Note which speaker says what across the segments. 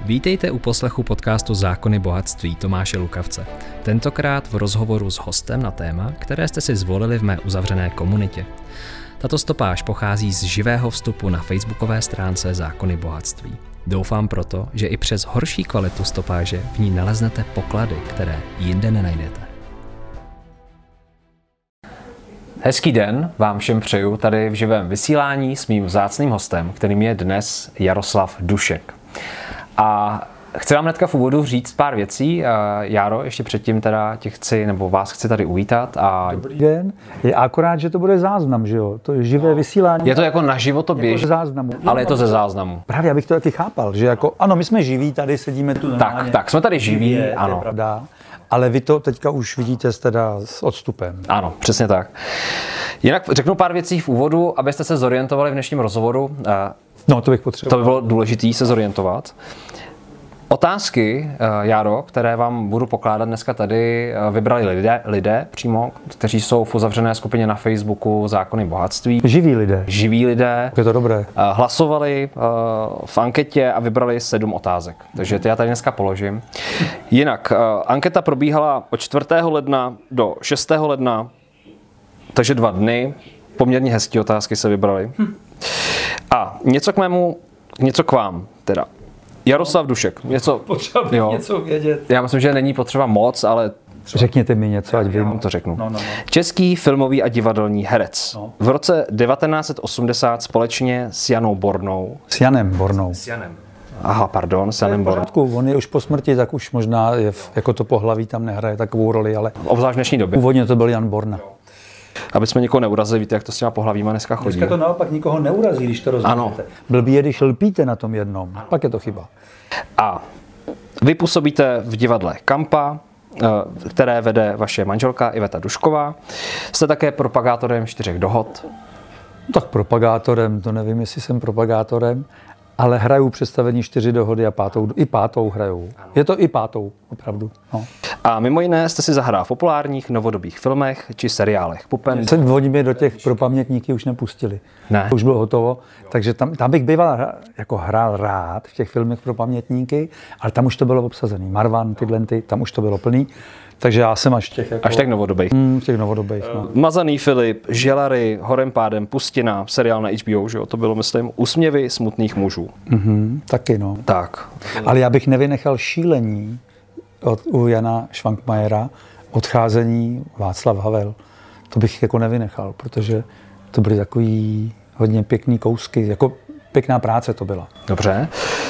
Speaker 1: Vítejte u poslechu podcastu Zákony bohatství Tomáše Lukavce. Tentokrát v rozhovoru s hostem na téma, které jste si zvolili v mé uzavřené komunitě. Tato stopáž pochází z živého vstupu na facebookové stránce Zákony bohatství. Doufám proto, že i přes horší kvalitu stopáže v ní naleznete poklady, které jinde nenajdete. Hezký den vám všem přeju tady v živém vysílání s mým vzácným hostem, kterým je dnes Jaroslav Dušek. A chci vám hnedka v úvodu říct pár věcí. Járo, ještě předtím teda vás chci tady uvítat.
Speaker 2: Dobrý den. Je akorát, že to bude záznam, že jo? To je živé vysílání.
Speaker 1: Je to jako naživo to běží,
Speaker 2: záznamu.
Speaker 1: Ale je to ze záznamu.
Speaker 2: Právě, abych to taky chápal, že jako, ano, my jsme živí, tady sedíme tu normálně.
Speaker 1: Tak, jsme tady živí, ano.
Speaker 2: To je pravda. Ale vy to teďka už vidíte teda s odstupem.
Speaker 1: Ano, přesně tak. Jinak řeknu pár věcí v úvodu, abyste se zorientovali v dnešním rozhovoru.
Speaker 2: No, to bych potřeboval.
Speaker 1: To by bylo důležité se zorientovat. Otázky, Járo, které vám budu pokládat dneska tady, vybrali lidé přímo, kteří jsou v uzavřené skupině na Facebooku Zákony bohatství.
Speaker 2: Živí lidé. Je to dobré.
Speaker 1: Hlasovali v anketě a vybrali 7 otázek. Takže ty já tady dneska položím. Jinak, anketa probíhala od 4. ledna do 6. ledna, takže 2 dny. Poměrně hezké otázky se vybrali. A něco k vám teda. Jaroslav Dušek.
Speaker 2: Něco vědět.
Speaker 1: Já myslím, že není potřeba moc, ale...
Speaker 2: Řekněte mi něco, ať vím.
Speaker 1: To řeknu.
Speaker 2: No.
Speaker 1: Český filmový a divadelní herec. No. V roce 1980 společně s Janou Bornou.
Speaker 2: S Janem Bornou.
Speaker 1: S Janem Bornou.
Speaker 2: On je už po smrti, tak už možná jako to pohlaví tam nehraje takovou roli, ale...
Speaker 1: Obzvlášť v dnešní době.
Speaker 2: Původně to byl Jan Borna.
Speaker 1: Aby jsme někoho neurazili, víte, jak to s těma pohlavíma dneska chodí.
Speaker 2: Dneska to naopak nikoho neurazí, když to rozumíte. Blbý je, když lpíte na tom jednom, pak je to chyba.
Speaker 1: A vy působíte v divadle Kampa, které vede vaše manželka Iveta Dušková. Jste také propagátorem 4 dohod.
Speaker 2: Tak propagátorem, to nevím, jestli jsem propagátorem, ale hraju představení 4 dohody a pátou hrajou. Je to i pátou, opravdu. No.
Speaker 1: A mimo jiné jste si zahrál v populárních novodobých filmech či seriálech.
Speaker 2: Oni mě do těch pro pamětníky už nepustili.
Speaker 1: Ne.
Speaker 2: Už bylo hotovo, takže tam bych býval jako hrál rád v těch filmech pro pamětníky, ale tam už to bylo obsazený. Marvan, tam už to bylo plný. Takže já jsem až těch
Speaker 1: novodobých.
Speaker 2: Těch novodobých, no.
Speaker 1: Mazaný Filip, Želary, Horem pádem, Pustina, seriál na HBO, že jo? To bylo, myslím, Úsměvy smutných mužů.
Speaker 2: Taky, no.
Speaker 1: Tak.
Speaker 2: Ale já bych nevynechal Šílení u Jana Švankmajera, Odcházení Václav Havel. To bych jako nevynechal, protože to byly takový hodně pěkný kousky, jako pěkná práce to byla.
Speaker 1: Dobře.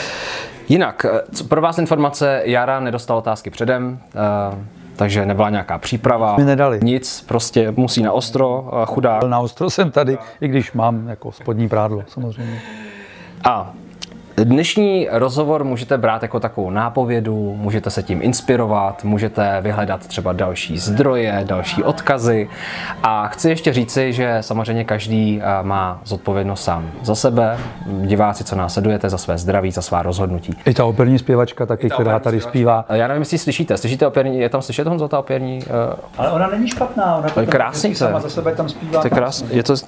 Speaker 1: Jinak, pro vás informace, Jara nedostal otázky předem, takže nebyla nějaká příprava.
Speaker 2: Mi nedali.
Speaker 1: Nic, prostě musí na ostro, chudák.
Speaker 2: Na ostro jsem tady, i když mám jako spodní prádlo, samozřejmě.
Speaker 1: A dnešní rozhovor můžete brát jako takovou nápovědu, můžete se tím inspirovat, můžete vyhledat třeba další zdroje, další odkazy. A chci ještě říci, že samozřejmě každý má zodpovědnost sám za sebe, diváci, co nás sledujete, za své zdraví, za svá rozhodnutí.
Speaker 2: I ta operní zpěvačka taky, která tady zpívá.
Speaker 1: Já nevím, jestli slyšíte operní, je tam slyšet, Honzo, ta operní?
Speaker 2: Ale ona není špatná, ona to
Speaker 1: krásný
Speaker 2: sama za sebe tam zpívá.
Speaker 1: To je krásný.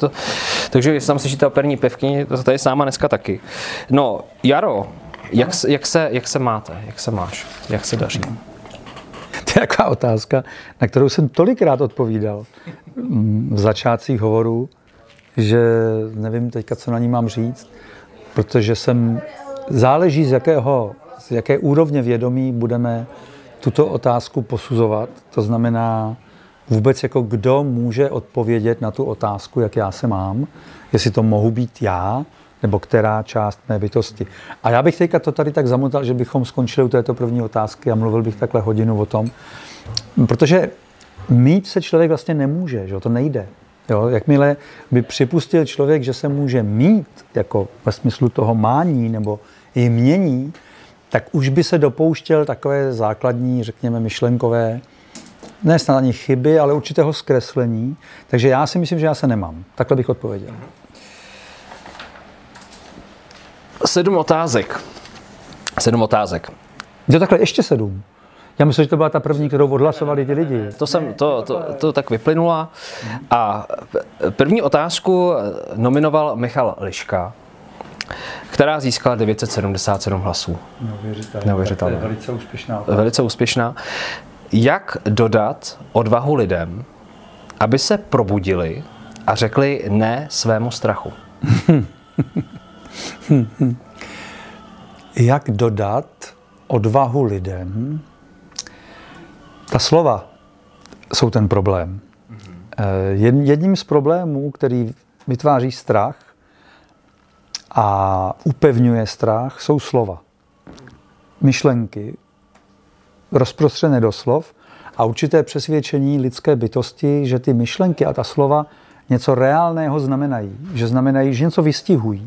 Speaker 1: Takže jestli tam slyšíte operní pěvkyni, to tady s náma dneska taky. No, Jaro, jak se máte? Jak se máš? Jak se daří?
Speaker 2: To je taková otázka, na kterou jsem tolikrát odpovídal v začátcích hovorů, že nevím teďka, co na ní mám říct, protože záleží z jaké úrovně vědomí budeme tuto otázku posuzovat. To znamená vůbec jako kdo může odpovědět na tu otázku, jak já se mám, jestli to mohu být já, nebo která část mé bytosti. A já bych teďka to tady tak zamotal, že bychom skončili u této první otázky a mluvil bych takhle hodinu o tom, protože mít se člověk vlastně nemůže, že to nejde. Jo? Jakmile by připustil člověk, že se může mít, jako ve smyslu toho mání nebo jmění, tak už by se dopouštěl takové základní, řekněme, myšlenkové, ne snad ani chyby, ale určitého zkreslení. Takže já si myslím, že já se nemám. Takhle bych odpověděl.
Speaker 1: 7 otázek.
Speaker 2: Jo, takhle ještě 7. Já myslím, že to byla ta první, kterou odhlasovali ty lidi.
Speaker 1: To tak vyplynula. A první otázku nominoval Michal Liška. která získala 977 hlasů. Neuvěřitelné.
Speaker 2: Velice úspěšná otázka.
Speaker 1: Velice úspěšná. Jak dodat odvahu lidem, aby se probudili a řekli ne svému strachu?
Speaker 2: Jak dodat odvahu lidem? Ta slova jsou ten problém. Jedním z problémů, který vytváří strach a upevňuje strach, jsou slova. Myšlenky, rozprostřené do slov a určité přesvědčení lidské bytosti, že ty myšlenky a ta slova něco reálného znamenají, že něco vystihují.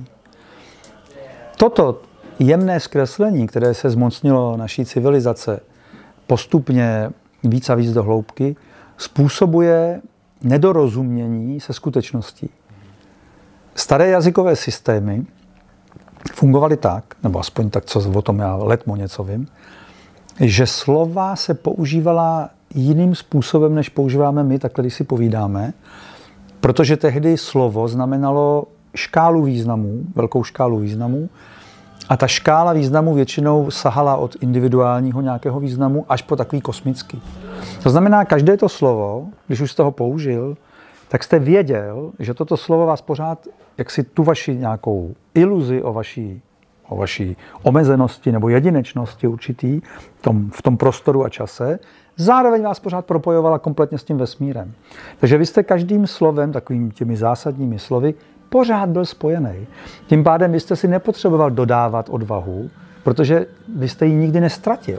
Speaker 2: Toto jemné zkreslení, které se zmocnilo naší civilizace postupně víc a víc do hloubky, způsobuje nedorozumění se skutečností. Staré jazykové systémy fungovaly tak, nebo aspoň tak, co o tom já letmo něco vím, že slova se používala jiným způsobem, než používáme my, takhle když si povídáme, protože tehdy slovo znamenalo škálu významů, velkou škálu významů, a ta škála významů většinou sahala od individuálního nějakého významu až po takový kosmický. To znamená, každé to slovo, když už jste ho použil, tak jste věděl, že toto slovo vás pořád, jak si tu vaši nějakou iluzi o vaší omezenosti nebo jedinečnosti určitý v tom prostoru a čase, zároveň vás pořád propojovala kompletně s tím vesmírem. Takže vy jste každým slovem, takovými těmi zásadními slovy, pořád byl spojený. Tím pádem vy jste si nepotřeboval dodávat odvahu, protože vy jste ji nikdy nestratil.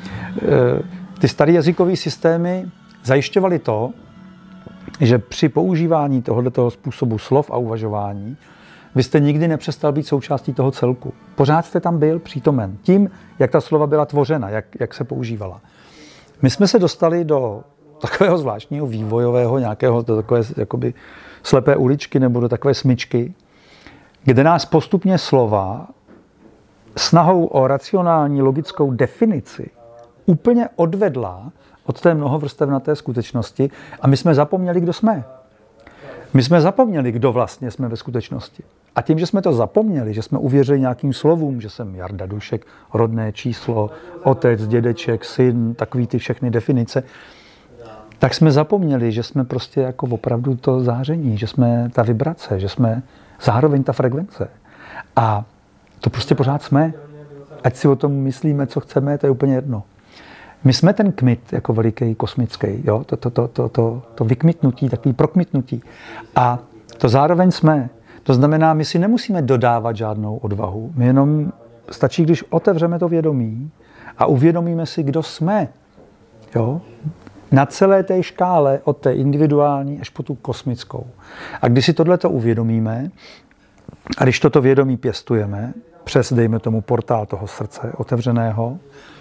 Speaker 2: Ty staré jazykové systémy zajišťovaly to, že při používání tohoto způsobu slov a uvažování vy jste nikdy nepřestal být součástí toho celku. Pořád jste tam byl přítomen. Tím, jak ta slova byla tvořena, jak se používala. My jsme se dostali do takového zvláštního vývojového, nějakého takové jakoby slepé uličky nebo do takové smyčky, kde nás postupně slova snahou o racionální logickou definici úplně odvedla od té mnohovrstevnaté skutečnosti a my jsme zapomněli, kdo jsme. My jsme zapomněli, kdo vlastně jsme ve skutečnosti. A tím, že jsme to zapomněli, že jsme uvěřili nějakým slovům, že jsem Jarda Dušek, rodné číslo, otec, dědeček, syn, takový ty všechny definice, tak jsme zapomněli, že jsme prostě jako opravdu to záření, že jsme ta vibrace, že jsme zároveň ta frekvence. A to prostě pořád jsme. Ať si o tom myslíme, co chceme, to je úplně jedno. My jsme ten kmit jako veliký kosmický, jo? To vykmitnutí, takový prokmitnutí. A to zároveň jsme. To znamená, my si nemusíme dodávat žádnou odvahu. My jenom stačí, když otevřeme to vědomí a uvědomíme si, kdo jsme. Jo? Na celé té škále od té individuální až po tu kosmickou. A když si tohleto uvědomíme a když toto vědomí pěstujeme přes, dejme tomu, portál toho srdce otevřeného,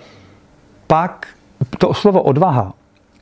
Speaker 2: pak to slovo odvaha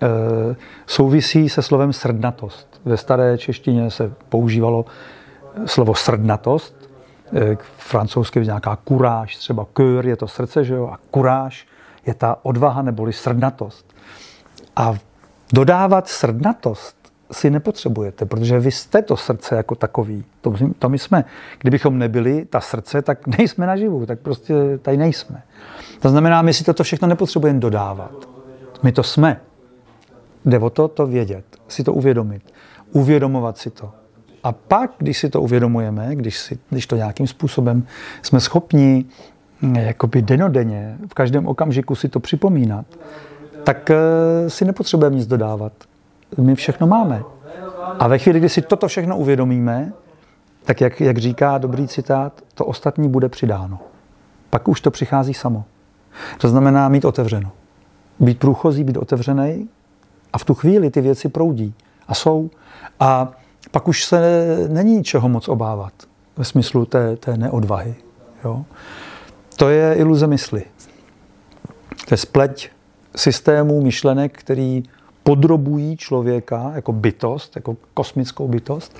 Speaker 2: souvisí se slovem srdnatost. Ve staré češtině se používalo slovo srdnatost, francouzsky nějaká kuráž, třeba cœur je to srdce, že jo, a kuráž je ta odvaha neboli srdnatost. A dodávat srdnatost si nepotřebujete, protože vy jste to srdce jako takový. To my jsme. Kdybychom nebyli ta srdce, tak nejsme naživu, tak prostě tady nejsme. To znamená, my si toto všechno nepotřebujeme dodávat. My to jsme. Jde o to vědět, si to uvědomit, uvědomovat si to. A pak, když si to uvědomujeme, když to nějakým způsobem jsme schopni jakoby denodenně, v každém okamžiku si to připomínat, tak si nepotřebujeme nic dodávat. My všechno máme. A ve chvíli, kdy si toto všechno uvědomíme, tak jak říká dobrý citát, to ostatní bude přidáno. Pak už to přichází samo. To znamená mít otevřeno. Být průchozí, být otevřený a v tu chvíli ty věci proudí a jsou. A pak už se není čeho moc obávat ve smyslu té neodvahy. Jo? To je iluze mysli. To je spleť systémů myšlenek, který podrobují člověka jako bytost, jako kosmickou bytost,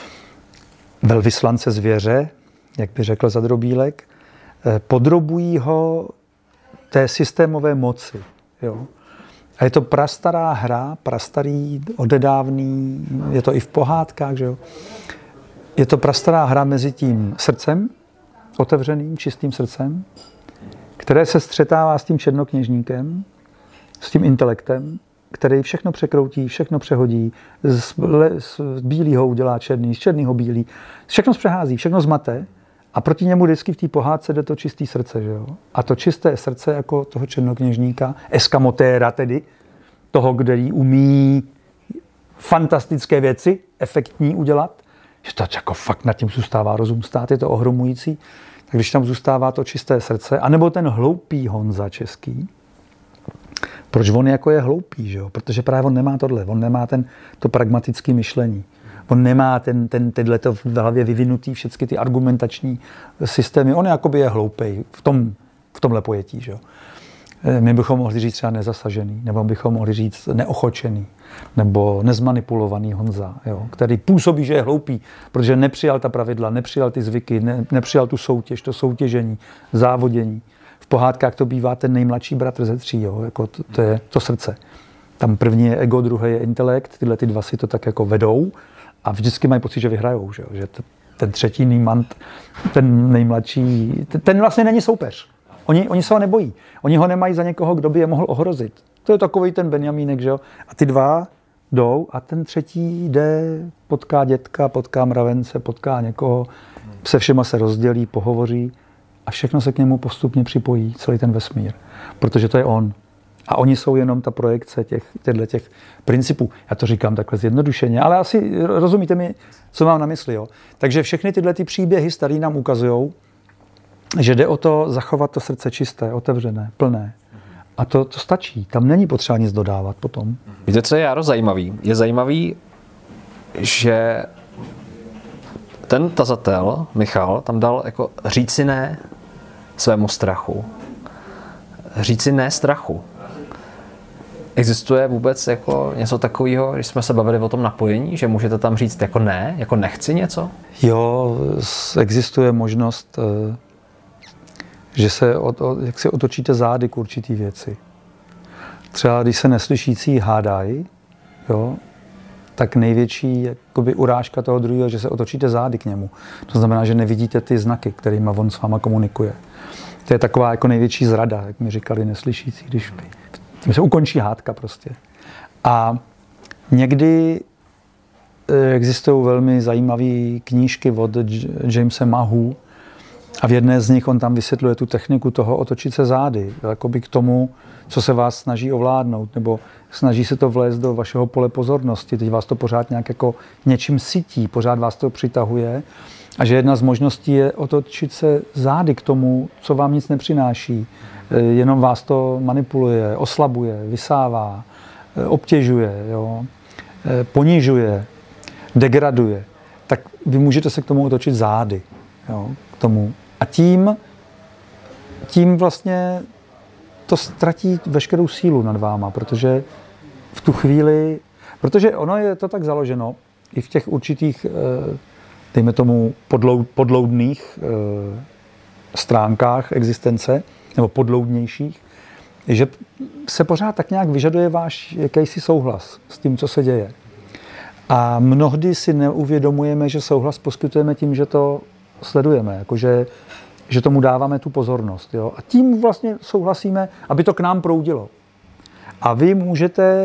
Speaker 2: velvyslance zvěře, jak by řekl Zadrobílek, podrobují ho té systémové moci. Jo? A je to prastará hra, prastarý, odedávný, je to i v pohádkách, že jo? Je to prastará hra mezi tím srdcem otevřeným, čistým srdcem, které se střetává s tím černokněžníkem, s tím intelektem, který všechno překroutí, všechno přehodí, z bílýho udělá černý, z černýho bílý, všechno zpřehází, všechno zmate a proti němu vždycky v té pohádce jde to čistý srdce. Že jo? A to čisté srdce jako toho černokněžníka, eskamotéra tedy, toho, který umí fantastické věci, efektní udělat, že to jako fakt nad tím zůstává rozum stát, je to ohromující, tak když tam zůstává to čisté srdce, anebo ten hloupý Honza český, proč on jako je hloupý, že jo? Protože právě on nemá tohle, on nemá to pragmatické myšlení. On nemá tyhleto v hlavě vyvinutý všechny ty argumentační systémy. On jakoby je hloupej v tomhle pojetí, že jo? My bychom mohli říct třeba nezasažený, nebo bychom mohli říct neochočený, nebo nezmanipulovaný Honza, jo? Který působí, že je hloupý, protože nepřijal ta pravidla, nepřijal ty zvyky, nepřijal tu soutěž, to soutěžení, závodění. V pohádkách to bývá ten nejmladší bratr ze tří, jo? Jako to je to srdce. Tam první je ego, druhý je intelekt, tyhle ty dva si to tak jako vedou a vždycky mají pocit, že vyhrajou, že, že ten třetí nímant, ten nejmladší, ten vlastně není soupeř. Oni se ho nebojí. Oni ho nemají za někoho, kdo by je mohl ohrozit. To je takový ten Benjamínek, že jo. A ty dva jdou a ten třetí jde, potká dětka, potká mravence, potká někoho, se všema se rozdělí, pohovoří a všechno se k němu postupně připojí, celý ten vesmír. Protože to je on. A oni jsou jenom ta projekce těch principů. Já to říkám takhle zjednodušeně, ale asi rozumíte mi, co mám na mysli. Jo? Takže všechny tyhle ty příběhy starý nám ukazují, že jde o to zachovat to srdce čisté, otevřené, plné. A to stačí. Tam není potřeba nic dodávat potom.
Speaker 1: Víte, co je, Járo, zajímavý? Je zajímavý, že ten tazatel, Michal, tam dal jako říci ne svému strachu. Říci ne strachu. Existuje vůbec jako něco takového, když jsme se bavili o tom napojení, že můžete tam říct jako ne, jako nechci něco?
Speaker 2: Jo, existuje možnost, že se jak si otočíte zády k určitý věci. Třeba když se neslyšící hádají, jo, tak největší jakoby urážka toho druhého, že se otočíte zády k němu. To znamená, že nevidíte ty znaky, kterými on s váma komunikuje. To je taková jako největší zrada, jak mi říkali neslyšící, když se ukončí hádka prostě. A někdy existují velmi zajímavé knížky od Jamese Mahu a v jedné z nich on tam vysvětluje tu techniku toho otočit se zády, jakoby k tomu, co se vás snaží ovládnout, nebo snaží se to vlézt do vašeho pole pozornosti. Teď vás to pořád nějak jako něčím sytí, pořád vás to přitahuje. A že jedna z možností je otočit se zády k tomu, co vám nic nepřináší. Jenom vás to manipuluje, oslabuje, vysává, obtěžuje, jo, ponižuje, degraduje. Tak vy můžete se k tomu otočit zády. Jo, k tomu. A tím vlastně to ztratí veškerou sílu nad váma, protože v tu chvíli, protože ono je to tak založeno i v těch určitých, dejme tomu, podloudných stránkách existence, nebo podloudnějších, že se pořád tak nějak vyžaduje váš jakýsi souhlas s tím, co se děje. A mnohdy si neuvědomujeme, že souhlas poskytujeme tím, že to sledujeme, jakože že tomu dáváme tu pozornost. Jo? A tím vlastně souhlasíme, aby to k nám proudilo. A vy můžete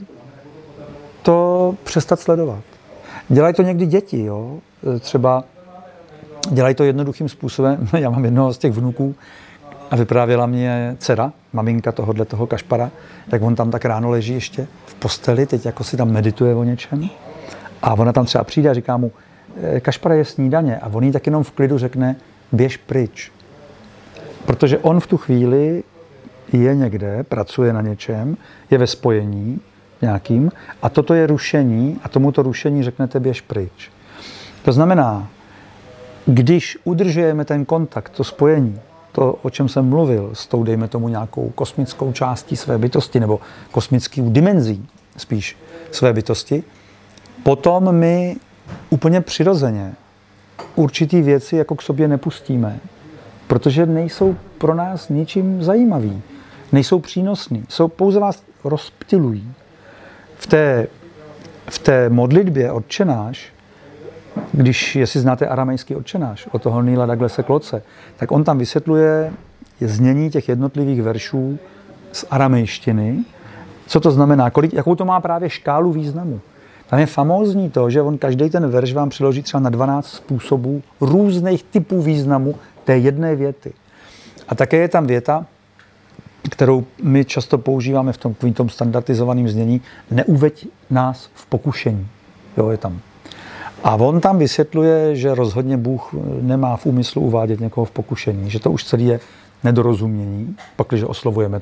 Speaker 2: to přestat sledovat. Dělají to někdy děti. Jo? Třeba dělají to jednoduchým způsobem. Já mám jednoho z těch vnuků a vyprávěla mě dcera, maminka toho Kašpara, jak on tam tak ráno leží ještě v posteli, teď jako si tam medituje o něčem. A ona tam třeba přijde a říká mu, Kašpara, je snídaně. A on jí tak jenom v klidu řekne, běž pryč. Protože on v tu chvíli je někde, pracuje na něčem, je ve spojení nějakým a toto je rušení a tomuto rušení řeknete běž pryč. To znamená, když udržujeme ten kontakt, to spojení, to, o čem jsem mluvil, s tou, dejme tomu, nějakou kosmickou částí své bytosti nebo kosmickou dimenzí spíš své bytosti, potom my úplně přirozeně určitý věci jako k sobě nepustíme, protože nejsou pro nás ničím zajímavý, nejsou přínosný, pouze vás rozptylují. V té modlitbě Otče náš jestli znáte aramejský Otčenáš od toho Neila Douglase Klotze, tak on tam vysvětluje znění těch jednotlivých veršů z aramejštiny, co to znamená, jakou to má právě škálu významu. Tam je famózní to, že on každý ten verš vám přeloží třeba na 12 způsobů různých typů významu té jedné věty. A také je tam věta, kterou my často používáme v tom standardizovaném znění, neuveď nás v pokušení. Jo, je tam. A on tam vysvětluje, že rozhodně Bůh nemá v úmyslu uvádět někoho v pokušení, že to už celé je nedorozumění, pakliže oslovujeme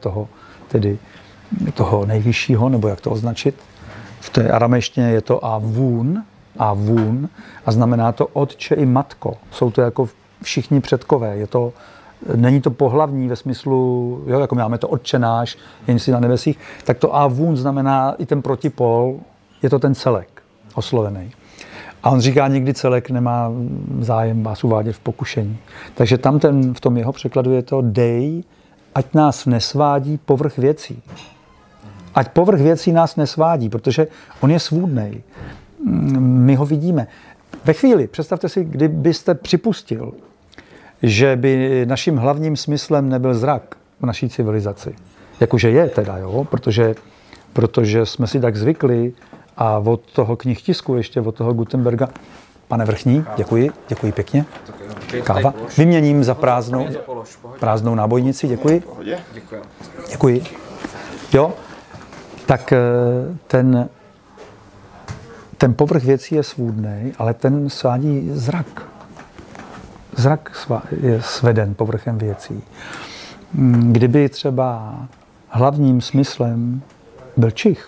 Speaker 2: toho nejvyššího, nebo jak to označit. V té aramejštině je to avun a znamená to otče i matko. Jsou to jako všichni předkové. Není to pohlavní ve smyslu, jo, jako máme to Otče náš, jen si na nebesích, tak to avun znamená i ten protipol, je to ten celek oslovený. A on říká, nikdy celek nemá zájem vás uvádět v pokušení. Takže tam v tom jeho překladu je to dej, ať nás nesvádí povrch věcí. Ať povrch věcí nás nesvádí, protože on je svůdnej. My ho vidíme. Ve chvíli, představte si, kdybyste připustil, že by naším hlavním smyslem nebyl zrak v naší civilizaci. Jakože je teda, jo, protože jsme si tak zvykli a od toho knihtisku, ještě od toho Gutenberga, pane Vrchní, děkuji pěkně. Káva. Vyměním za prázdnou nábojnici, děkuji. Děkuji. Jo, tak ten povrch věcí je svůdnej, ale ten svádí zrak. Zrak je sveden povrchem věcí. Kdyby třeba hlavním smyslem byl čich,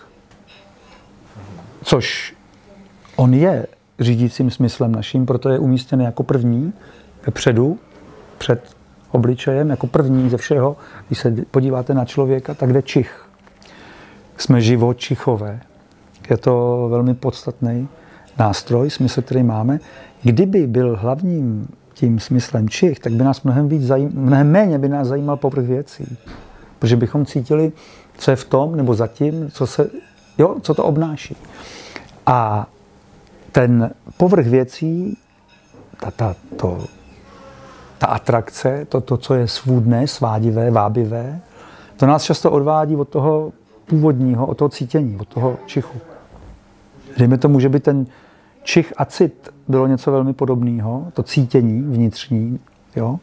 Speaker 2: což on je řídícím smyslem naším, proto je umístěný jako první vepředu, před obličejem, jako první ze všeho. Když se podíváte na člověka, tak jde čich. Jsme živočichové. Je to velmi podstatný nástroj, smysl, který máme. Kdyby byl hlavním tím smyslem čich, tak by nás mnohem méně by nás zajímal povrch věcí. Protože bychom cítili, co je v tom, nebo zatím, co to obnáší. A ten povrch věcí, ta atrakce, to, co je svůdné, svádivé, vábivé, to nás často odvádí od toho původního, od toho cítění, od toho čichu. Dejme tomu, že by ten čich a cit bylo něco velmi podobného, to cítění vnitřní, jo?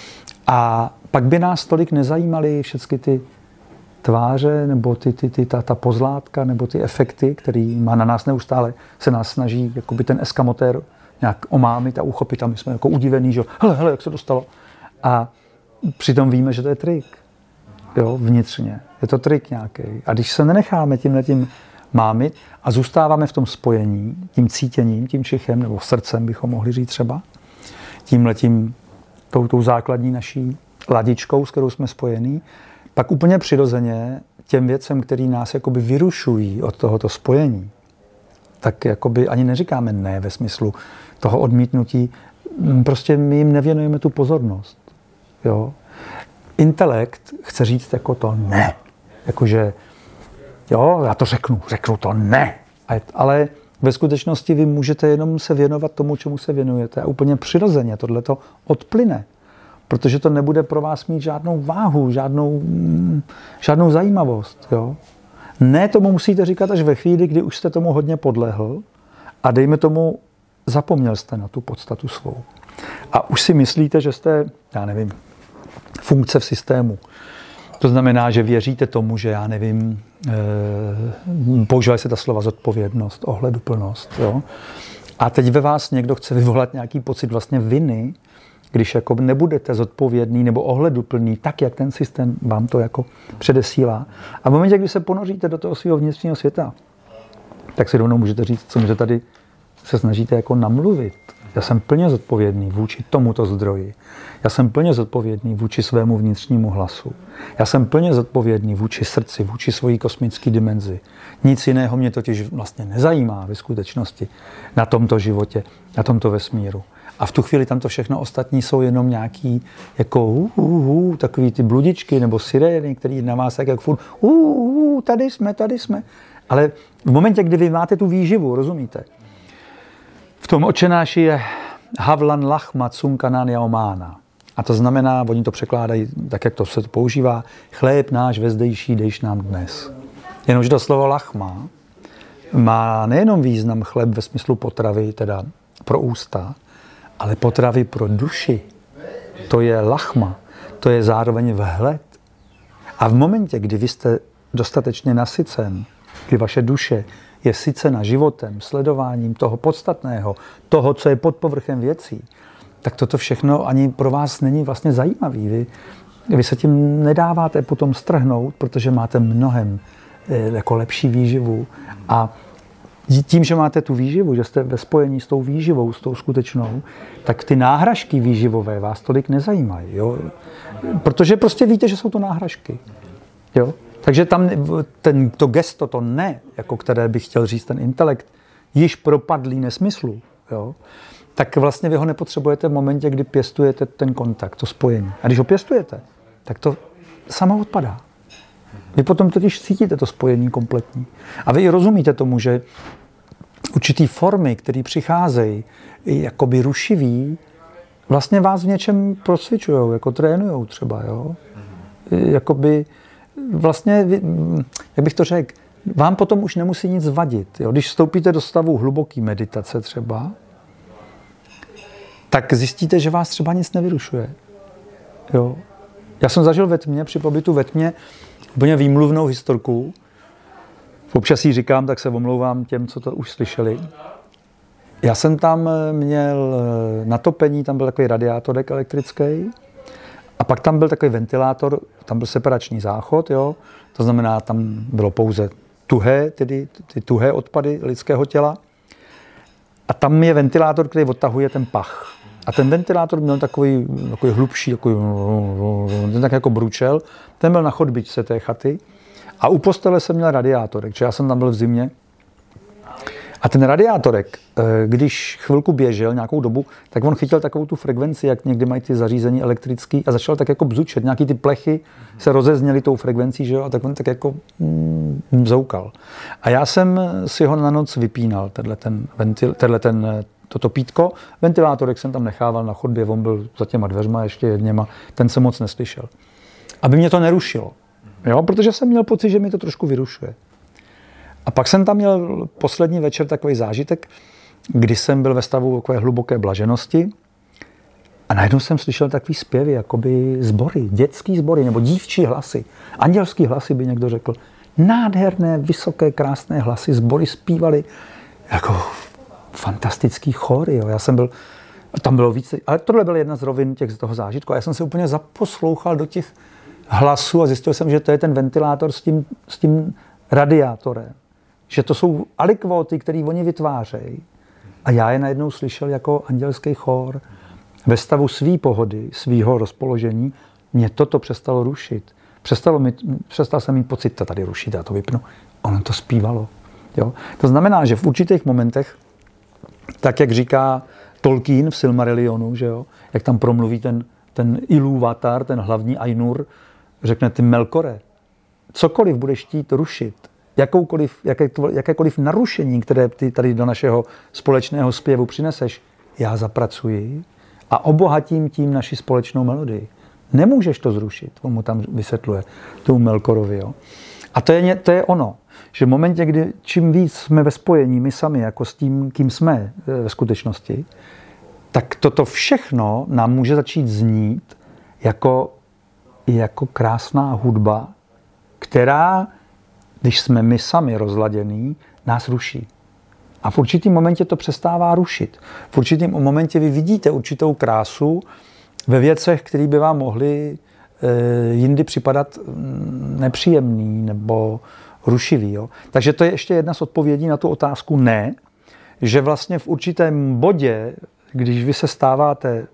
Speaker 2: A pak by nás tolik nezajímaly všechny ty tváře, nebo ta pozlátka, nebo ty efekty, který má na nás neustále, se nás snaží jakoby ten eskamotér nějak omámit a uchopit a my jsme jako udivení, že hele, jak se to stalo. A přitom víme, že to je trik, jo, vnitřně. Je to trik nějaký. A když se nenecháme tímhletím mámit a zůstáváme v tom spojení, tím cítěním, tím čichem, nebo srdcem bychom mohli říct třeba, tímhletím, tou základní naší ladičkou, s kterou jsme spojení, pak úplně přirozeně těm věcem, který nás jakoby vyrušují od tohoto spojení, tak jakoby ani neříkáme ne ve smyslu toho odmítnutí, prostě my jim nevěnujeme tu pozornost. Jo? Intelekt chce říct jako to ne. Jakože, jo, já to řeknu to ne. Ale ve skutečnosti vy můžete jenom se věnovat tomu, čemu se věnujete. A úplně přirozeně tohleto odplyne. Protože to nebude pro vás mít žádnou váhu, žádnou zajímavost. Jo? Ne, tomu musíte říkat až ve chvíli, kdy už jste tomu hodně podlehl a dejme tomu, zapomněl jste na tu podstatu svou. A už si myslíte, že jste, já nevím, funkce v systému. To znamená, že věříte tomu, že já nevím, používají se ta slova zodpovědnost, ohleduplnost. Jo? A teď ve vás někdo chce vyvolat nějaký pocit vlastně viny, když jako nebudete zodpovědný nebo ohleduplný, tak jak ten systém vám to jako předesílá. A v momentě, kdy se ponoříte do toho svého vnitřního světa, tak si rovnou můžete říct, co mi to tady se snažíte jako namluvit. Já jsem plně zodpovědný vůči tomuto zdroji. Já jsem plně zodpovědný vůči svému vnitřnímu hlasu. Já jsem plně zodpovědný vůči srdci, vůči svojí kosmické dimenzi. Nic jiného mě totiž vlastně nezajímá ve skutečnosti na tomto životě, na tomto vesmíru. A v tu chvíli tam to všechno ostatní jsou jenom nějaký jako takový ty bludičky nebo sirény, který na vás jak furt tady jsme. Ale v momentě, kdy vy máte tu výživu, rozumíte? V tom Otčenáši je Havlan lachma cunkanan jaomána. A to znamená, oni to překládají tak, jak to se to používá, chléb náš vezdejší dejš nám dnes. Jenomže to slovo lachma má nejenom význam chléb ve smyslu potravy, teda pro ústa, ale potravy pro duši. To je lachma, to je zároveň vhled. A v momentě, kdy vy jste dostatečně nasycen, kdy vaše duše je sycena životem, sledováním toho podstatného, toho, co je pod povrchem věcí, tak toto všechno ani pro vás není vlastně zajímavý. Vy se tím nedáváte potom strhnout, protože máte mnohem jako lepší výživu. A tím, že máte tu výživu, že jste ve spojení s tou výživou, s tou skutečnou, tak ty náhražky výživové vás tolik nezajímají. Jo? Protože prostě víte, že jsou to náhražky. Jo? Takže tam to gesto, to ne, jako které bych chtěl říct ten intelekt, již propadlý nesmyslu, jo? Tak vlastně vy ho nepotřebujete v momentě, kdy pěstujete ten kontakt, to spojení. A když ho pěstujete, tak to samo odpadá. Vy potom totiž cítíte to spojení kompletní. A vy rozumíte tomu, že určitý formy, které přicházejí, jakoby rušivý, vlastně vás v něčem prosvičujou, jako trénujou třeba, jo. Jakoby vlastně, jak bych to řekl, vám potom už nemusí nic vadit. Jo? Když vstoupíte do stavu hluboké meditace třeba, tak zjistíte, že vás třeba nic nevyrušuje. Jo? Já jsem zažil ve tmě, při pobytu ve tmě, úplně výmluvnou historku. Občas jí říkám, tak se omlouvám těm, co to už slyšeli. Já jsem tam měl natopení, tam byl takový radiátorek elektrický a pak tam byl takový ventilátor, tam byl separační záchod, jo? To znamená, tam bylo pouze tuhé, tedy ty tuhé odpady lidského těla. A tam je ventilátor, který odtahuje ten pach. A ten ventilátor měl takový hlubší, ten tak jako bručel. Ten byl na chodbičce té chaty. A u postele jsem měl radiátorek, protože já jsem tam byl v zimě. A ten radiátorek, když chvilku běžel nějakou dobu, tak on chytil takovou tu frekvenci, jak někdy mají ty zařízení elektrický a začal tak jako bzučet. Nějaký ty plechy se rozezněly tou frekvencí, že jo, a tak on tak jako zoukal. A já jsem si ho na noc vypínal, toto pítko. Ventilátorek jsem tam nechával na chodbě, on byl za těma dveřma ještě jedněma, ten jsem moc neslyšel. Aby mě to nerušilo, jo, protože jsem měl pocit, že mi to trošku vyrušuje. A pak jsem tam měl poslední večer takový zážitek, kdy jsem byl ve stavu takové hluboké blaženosti a najednou jsem slyšel takový zpěvy, jakoby sbory, dětský sbory nebo dívčí hlasy, andělský hlasy by někdo řekl. Nádherné, vysoké, krásné hlasy, sbory zpívaly jako fantastický chóry. Jo. Já jsem byl, tam bylo více, ale tohle byla jedna z rovin z toho zážitku a já jsem se úplně zaposlouchal do těch hlasů a zjistil jsem, že to je ten ventilátor s tím radiátorem. Že to jsou alikvóty, které oni vytvářejí. A já je najednou slyšel jako andělský chór. Ve stavu své pohody, svého rozpoložení, mě toto přestalo rušit. Přestal jsem mít pocit, to tady ruší, já to vypnu. Ono to zpívalo. Jo? To znamená, že v určitých momentech, tak jak říká Tolkien v Silmarillionu, že jo? Jak tam promluví ten Ilúvatar, ten hlavní Ainur, řekne ty Melkore, cokoliv budeš chtít rušit, jakékoliv narušení, které ty tady do našeho společného zpěvu přineseš, já zapracuji a obohatím tím naši společnou melodii. Nemůžeš to zrušit, on mu tam vysvětluje, tomu Melkorovi. Jo. A to je ono, že v momentě, kdy čím víc jsme ve spojení my sami, jako s tím, kým jsme ve skutečnosti, tak toto všechno nám může začít znít jako krásná hudba, která, když jsme my sami rozladění, nás ruší. A v určitém momentě to přestává rušit. V určitém momentě vy vidíte určitou krásu ve věcech, které by vám mohly jindy připadat nepříjemný nebo rušivý. Jo? Takže to je ještě jedna z odpovědí na tu otázku ne, že vlastně v určitém bodě, když vy se stáváte,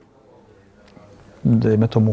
Speaker 2: dejme tomu,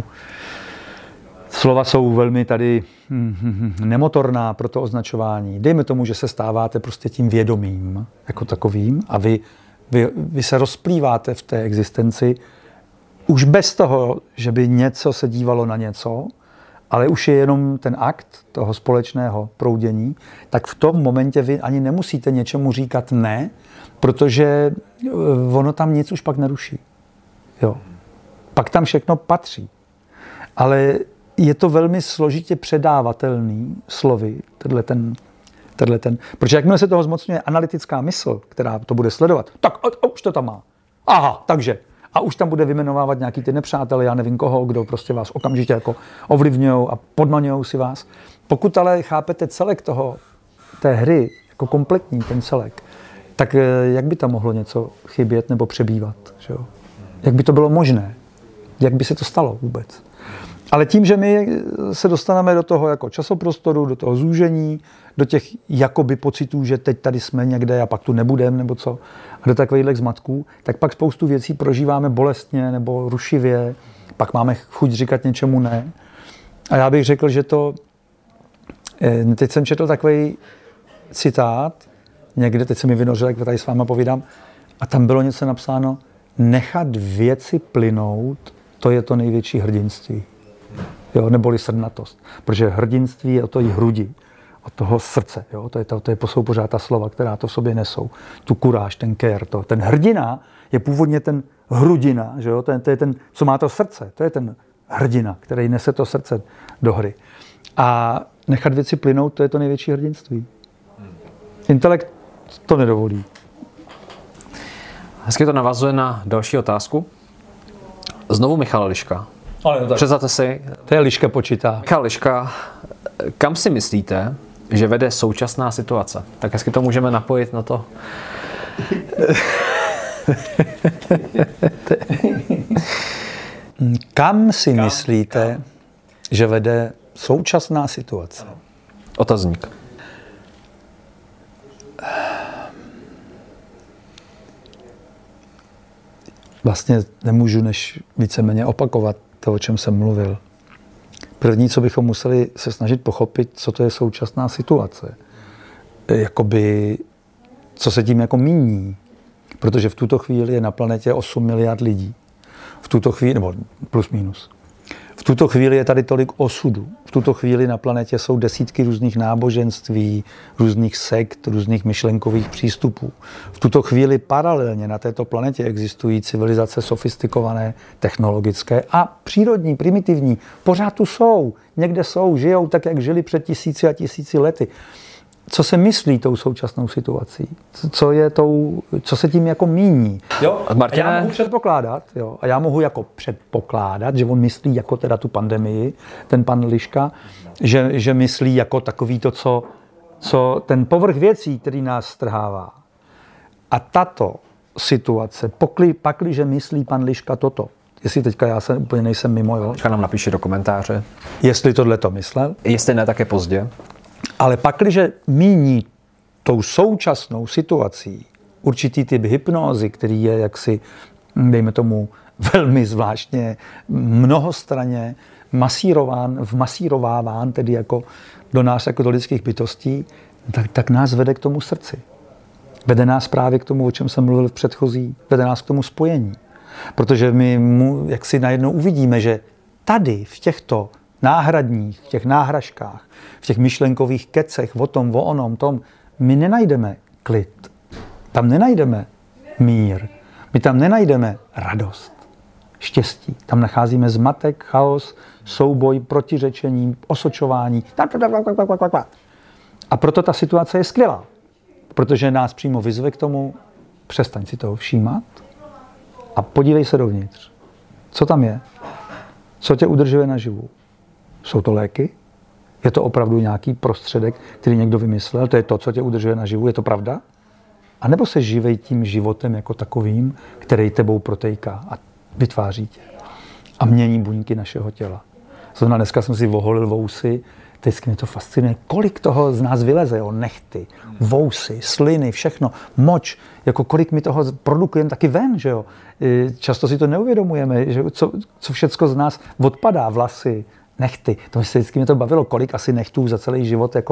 Speaker 2: slova jsou velmi tady nemotorná pro to označování. Dejme tomu, že se stáváte prostě tím vědomím jako takovým a vy se rozplýváte v té existenci už bez toho, že by něco se dívalo na něco ale už je jenom ten akt toho společného proudění, tak v tom momentě vy ani nemusíte něčemu říkat ne, protože ono tam nic už pak neruší. Jo. Pak tam všechno patří. Ale je to velmi složitě předávatelný slovy, protože jakmile se toho zmocňuje analytická mysl, která to bude sledovat, tak a už to tam má. Aha, takže. A už tam bude vymenovávat nějaký ty nepřátelé, já nevím koho, kdo prostě vás okamžitě jako ovlivňujou a podmaňujou si vás. Pokud ale chápete celek té hry, jako kompletní ten celek, tak jak by tam mohlo něco chybět nebo přebývat? Že jo? Jak by to bylo možné? Jak by se to stalo vůbec? Ale tím, že my se dostaneme do toho jako časoprostoru, do toho zúžení, do těch jakoby pocitů, že teď tady jsme někde a pak tu nebudeme, nebo co, a do takových zmatků, tak pak spoustu věcí prožíváme bolestně nebo rušivě, pak máme chuť říkat něčemu ne. A já bych řekl, že to, teď jsem četl takový citát, někde, teď se mi vynořil, jak tady s váma povídám, a tam bylo něco napsáno, nechat věci plynout, to je to největší hrdinství. Jo, neboli srdnatost. Protože hrdinství je o té hrudi, od toho srdce. Jo? Jsou pořád ta slova, která to v sobě nesou. Tu kuráž, ten kér. Ten hrdina je původně ten hrudina, že jo? To je ten, co má to srdce. To je ten hrdina, který nese to srdce do hry. A nechat věci plynout, to je to největší hrdinství. Intelekt to nedovolí.
Speaker 1: Hezky to navazuje na další otázku. Znovu Michal Liška. Představte si.
Speaker 2: To je Liška počítá.
Speaker 1: Michal Liška, kam si myslíte, že vede současná situace? Tak hezky to můžeme napojit na to.
Speaker 2: Kam si myslíte, že vede současná situace?
Speaker 1: Otazník.
Speaker 2: Vlastně nemůžu než víceméně opakovat to, o čem jsem mluvil. První, co bychom museli se snažit pochopit, co to je současná situace. Jakoby, co se tím jako míní. Protože v tuto chvíli je na planetě 8 miliard lidí. V tuto chvíli, nebo plus minus. V tuto chvíli je tady tolik osudů. V tuto chvíli na planetě jsou desítky různých náboženství, různých sekt, různých myšlenkových přístupů. V tuto chvíli paralelně na této planetě existují civilizace sofistikované, technologické a přírodní, primitivní. Pořád tu jsou, někde jsou, žijou tak, jak žili před tisíci a tisíci lety. Co se myslí tou současnou situací? Co se tím jako míní? Jo? A já mohu předpokládat, jo? A já mohu jako předpokládat, že on myslí jako teda tu pandemii, ten pan Liška, že myslí jako takový to, co ten povrch věcí, který nás strhává. A tato situace, pakliže myslí pan Liška toto, jestli teďka já se úplně nejsem mimo, jo?
Speaker 1: Nám napíše do komentáře.
Speaker 2: Jestli tohle to myslel.
Speaker 1: Jestli ne, tak je pozdě.
Speaker 2: Ale pakliže míní tou současnou situací určitý typ hypnózy, který je jaksi, dejme tomu, velmi zvláštně mnohostranně vmasírováván, tedy jako do nás jako do lidských bytostí, tak nás vede k tomu srdci. Vede nás právě k tomu, o čem jsem mluvil v předchozí, vede nás k tomu spojení. Protože my jaksi najednou uvidíme, že tady v těchto náhradních, v těch náhražkách, v těch myšlenkových kecech o tom, o onom, tom, my nenajdeme klid. Tam nenajdeme mír. My tam nenajdeme radost, štěstí. Tam nacházíme zmatek, chaos, souboj, protiřečení, osočování. A proto ta situace je skvělá. Protože nás přímo vyzve k tomu, přestaň si toho všímat a podívej se dovnitř. Co tam je? Co tě udržuje naživu? Jsou to léky? Je to opravdu nějaký prostředek, který někdo vymyslel? To je to, co tě udržuje naživu? Je to pravda? A nebo se živej tím životem jako takovým, který tebou protéká a vytváří tě? A mění buňky našeho těla. Zrovna dneska jsem si oholil vousy, teď mě to fascinuje, kolik toho z nás vyleze, jo? Nechty, vousy, sliny, všechno, moč, jako kolik my toho produkujeme taky ven, že jo? Často si to neuvědomujeme, že co všecko z nás odpadá, vlasy, nechty. To se vždycky mě to bavilo, kolik asi nechtů za celý život jako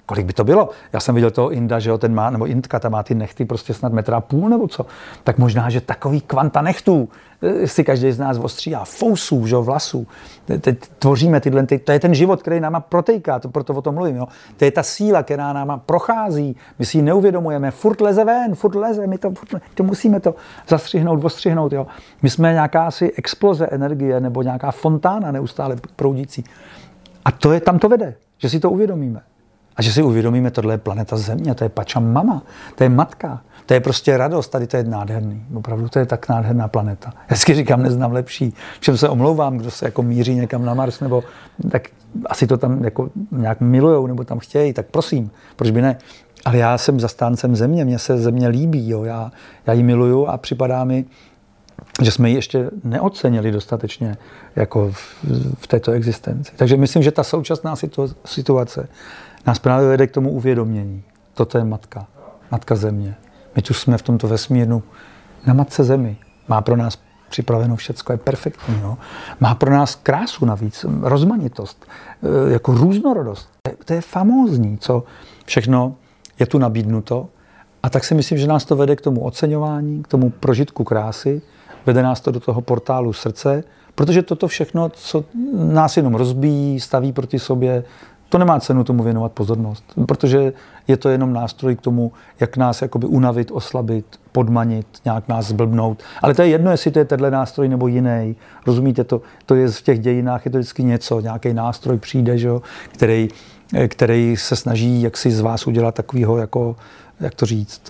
Speaker 2: Kolik by to bylo? Já jsem viděl toho Inda, že jo, ten má, nebo Indka, ta má ty nechty prostě snad 1,5 m nebo co. Tak možná, že takový kvanta nechtů si každý z nás ostříhá, fousů, že jo, vlasů. Teď tvoříme tyhle, to je ten život, který náma protejká, to proto o tom mluvím, jo. To je ta síla, která náma prochází, my si ji neuvědomujeme, furt leze ven, furt leze, my to musíme to zastřihnout, ostřihnout, jo. My jsme nějaká asi exploze energie, nebo nějaká fontána neustále proudící. A tam to vede, že si to uvědomíme. A že si uvědomíme, tohle je planeta Země, to je Pachamama, to je matka, to je prostě radost, tady to je nádherný. Opravdu to je tak nádherná planeta. Já vždycky říkám, neznám lepší. Všem se omlouvám, kdo se jako míří někam na Mars, nebo tak asi to tam jako nějak milujou, nebo tam chtějí, tak prosím, proč by ne? Ale já jsem zastáncem Země, mně se Země líbí, jo? Já ji miluju a připadá mi, že jsme ji ještě neocenili dostatečně jako v této existenci. Takže myslím, že ta současná situace nás právě vede k tomu uvědomění. Toto je matka Země. My tu jsme v tomto vesmíru na matce Zemi. Má pro nás připraveno všecko, je perfektní. Jo? Má pro nás krásu navíc, rozmanitost, jako různorodost. To je famózní, co všechno je tu nabídnuto. A tak si myslím, že nás to vede k tomu oceňování, k tomu prožitku krásy, vede nás to do toho portálu srdce, protože toto všechno, co nás jenom rozbíjí, staví proti sobě, to nemá cenu tomu věnovat pozornost, protože je to jenom nástroj k tomu, jak nás jakoby unavit, oslabit, podmanit, nějak nás zblbnout. Ale to je jedno, jestli to je tenhle nástroj nebo jiný. Rozumíte, to je v těch dějinách, je to vždycky něco, nějaký nástroj přijde, že jo, který se snaží jaksi z vás udělat takovýho, jako, jak to říct,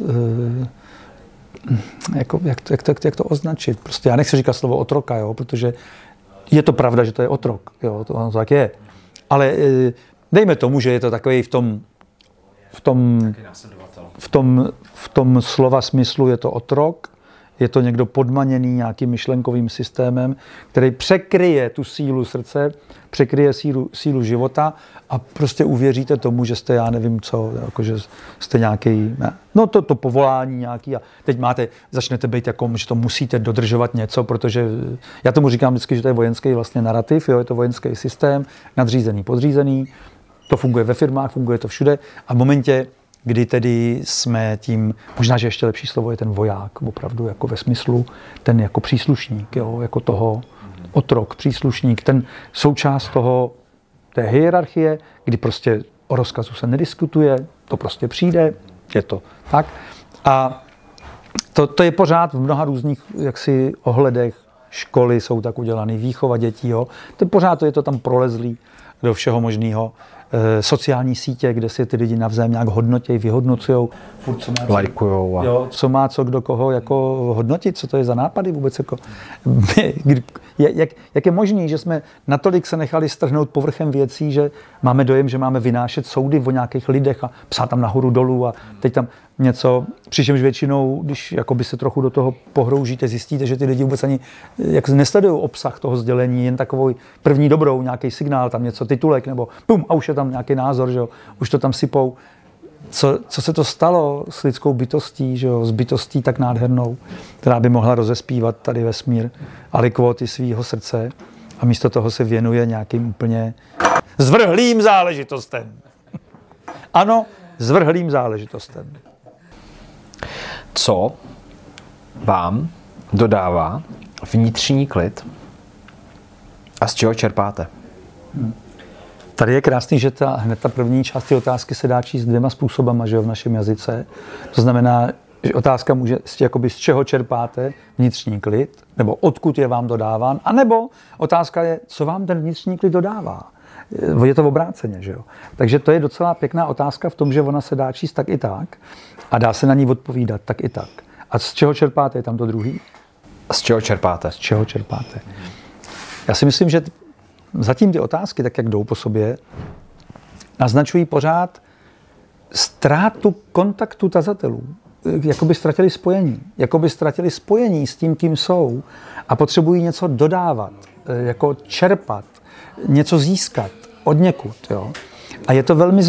Speaker 2: jak to označit. Prostě já nechci říkat slovo otroka, jo, protože je to pravda, že to je otrok, jo, to tak je. Ale dejme tomu, že je to takový v tom slova smyslu je to otrok, je to někdo podmaněný nějakým myšlenkovým systémem, který překryje tu sílu srdce, překryje sílu života a prostě uvěříte tomu, že jste, já nevím co, jako že jste nějaký, no to povolání nějaký a teď začnete být jako, že to musíte dodržovat něco, protože já tomu říkám vždycky, že to je vojenský vlastně narrativ, jo, je to vojenský systém, nadřízený, podřízený, to funguje ve firmách, funguje to všude a v momentě, kdy tedy jsme tím, možná, že ještě lepší slovo je ten voják, opravdu jako ve smyslu, ten jako příslušník, jo, jako toho otrok, příslušník, ten součást té hierarchie, kdy prostě o rozkazu se nediskutuje, to prostě přijde, je to tak. A to je pořád v mnoha různých jaksi ohledech, školy jsou tak udělané, výchova dětí, jo, pořád je to tam prolezlý do všeho možného. Sociální sítě, kde si ty lidi navzájem nějak hodnotějí, vyhodnocujou,
Speaker 1: lajkujou.
Speaker 2: Jo, co má co kdo koho jako hodnotit, co to je za nápady vůbec. Jako, jak je možný, že jsme natolik se nechali strhnout povrchem věcí, že máme dojem, že máme vynášet soudy o nějakých lidech a psát tam nahoru dolů a teď tam něco, přičemž většinou, když jakoby se trochu do toho pohroužíte, zjistíte, že ty lidi vůbec ani jak nesledují obsah toho sdělení, jen takovou první dobrou, nějaký signál, tam něco, titulek nebo pum, a už je tam nějaký názor, že jo, už to tam sypou. Co se to stalo s lidskou bytostí, že jo, s bytostí tak nádhernou, která by mohla rozespívat tady vesmír, ale kvóty svýho srdce a místo toho se věnuje nějakým úplně zvrhlým záležitostem. Ano, zvrhlým záležitostem.
Speaker 1: Co vám dodává vnitřní klid a z čeho čerpáte?
Speaker 2: Tady je krásný, že hned ta první část té otázky se dá číst 2 způsobama, že jo, v našem jazyce. To znamená, že otázka může jakoby z čeho čerpáte vnitřní klid, nebo odkud je vám dodáván, anebo otázka je, co vám ten vnitřní klid dodává. Je to obráceně, že jo. Takže to je docela pěkná otázka v tom, že ona se dá číst tak i tak a dá se na ní odpovídat tak i tak. A z čeho čerpáte, je tam to druhý?
Speaker 1: Z čeho čerpáte?
Speaker 2: Z čeho čerpáte. Já si myslím, že zatím ty otázky, tak jak jdou po sobě, naznačují pořád ztrátu kontaktu tazatelů. Jakoby ztratili spojení s tím, kým jsou a potřebují něco dodávat, jako čerpat, něco získat odněkud. Jo. A je to velmi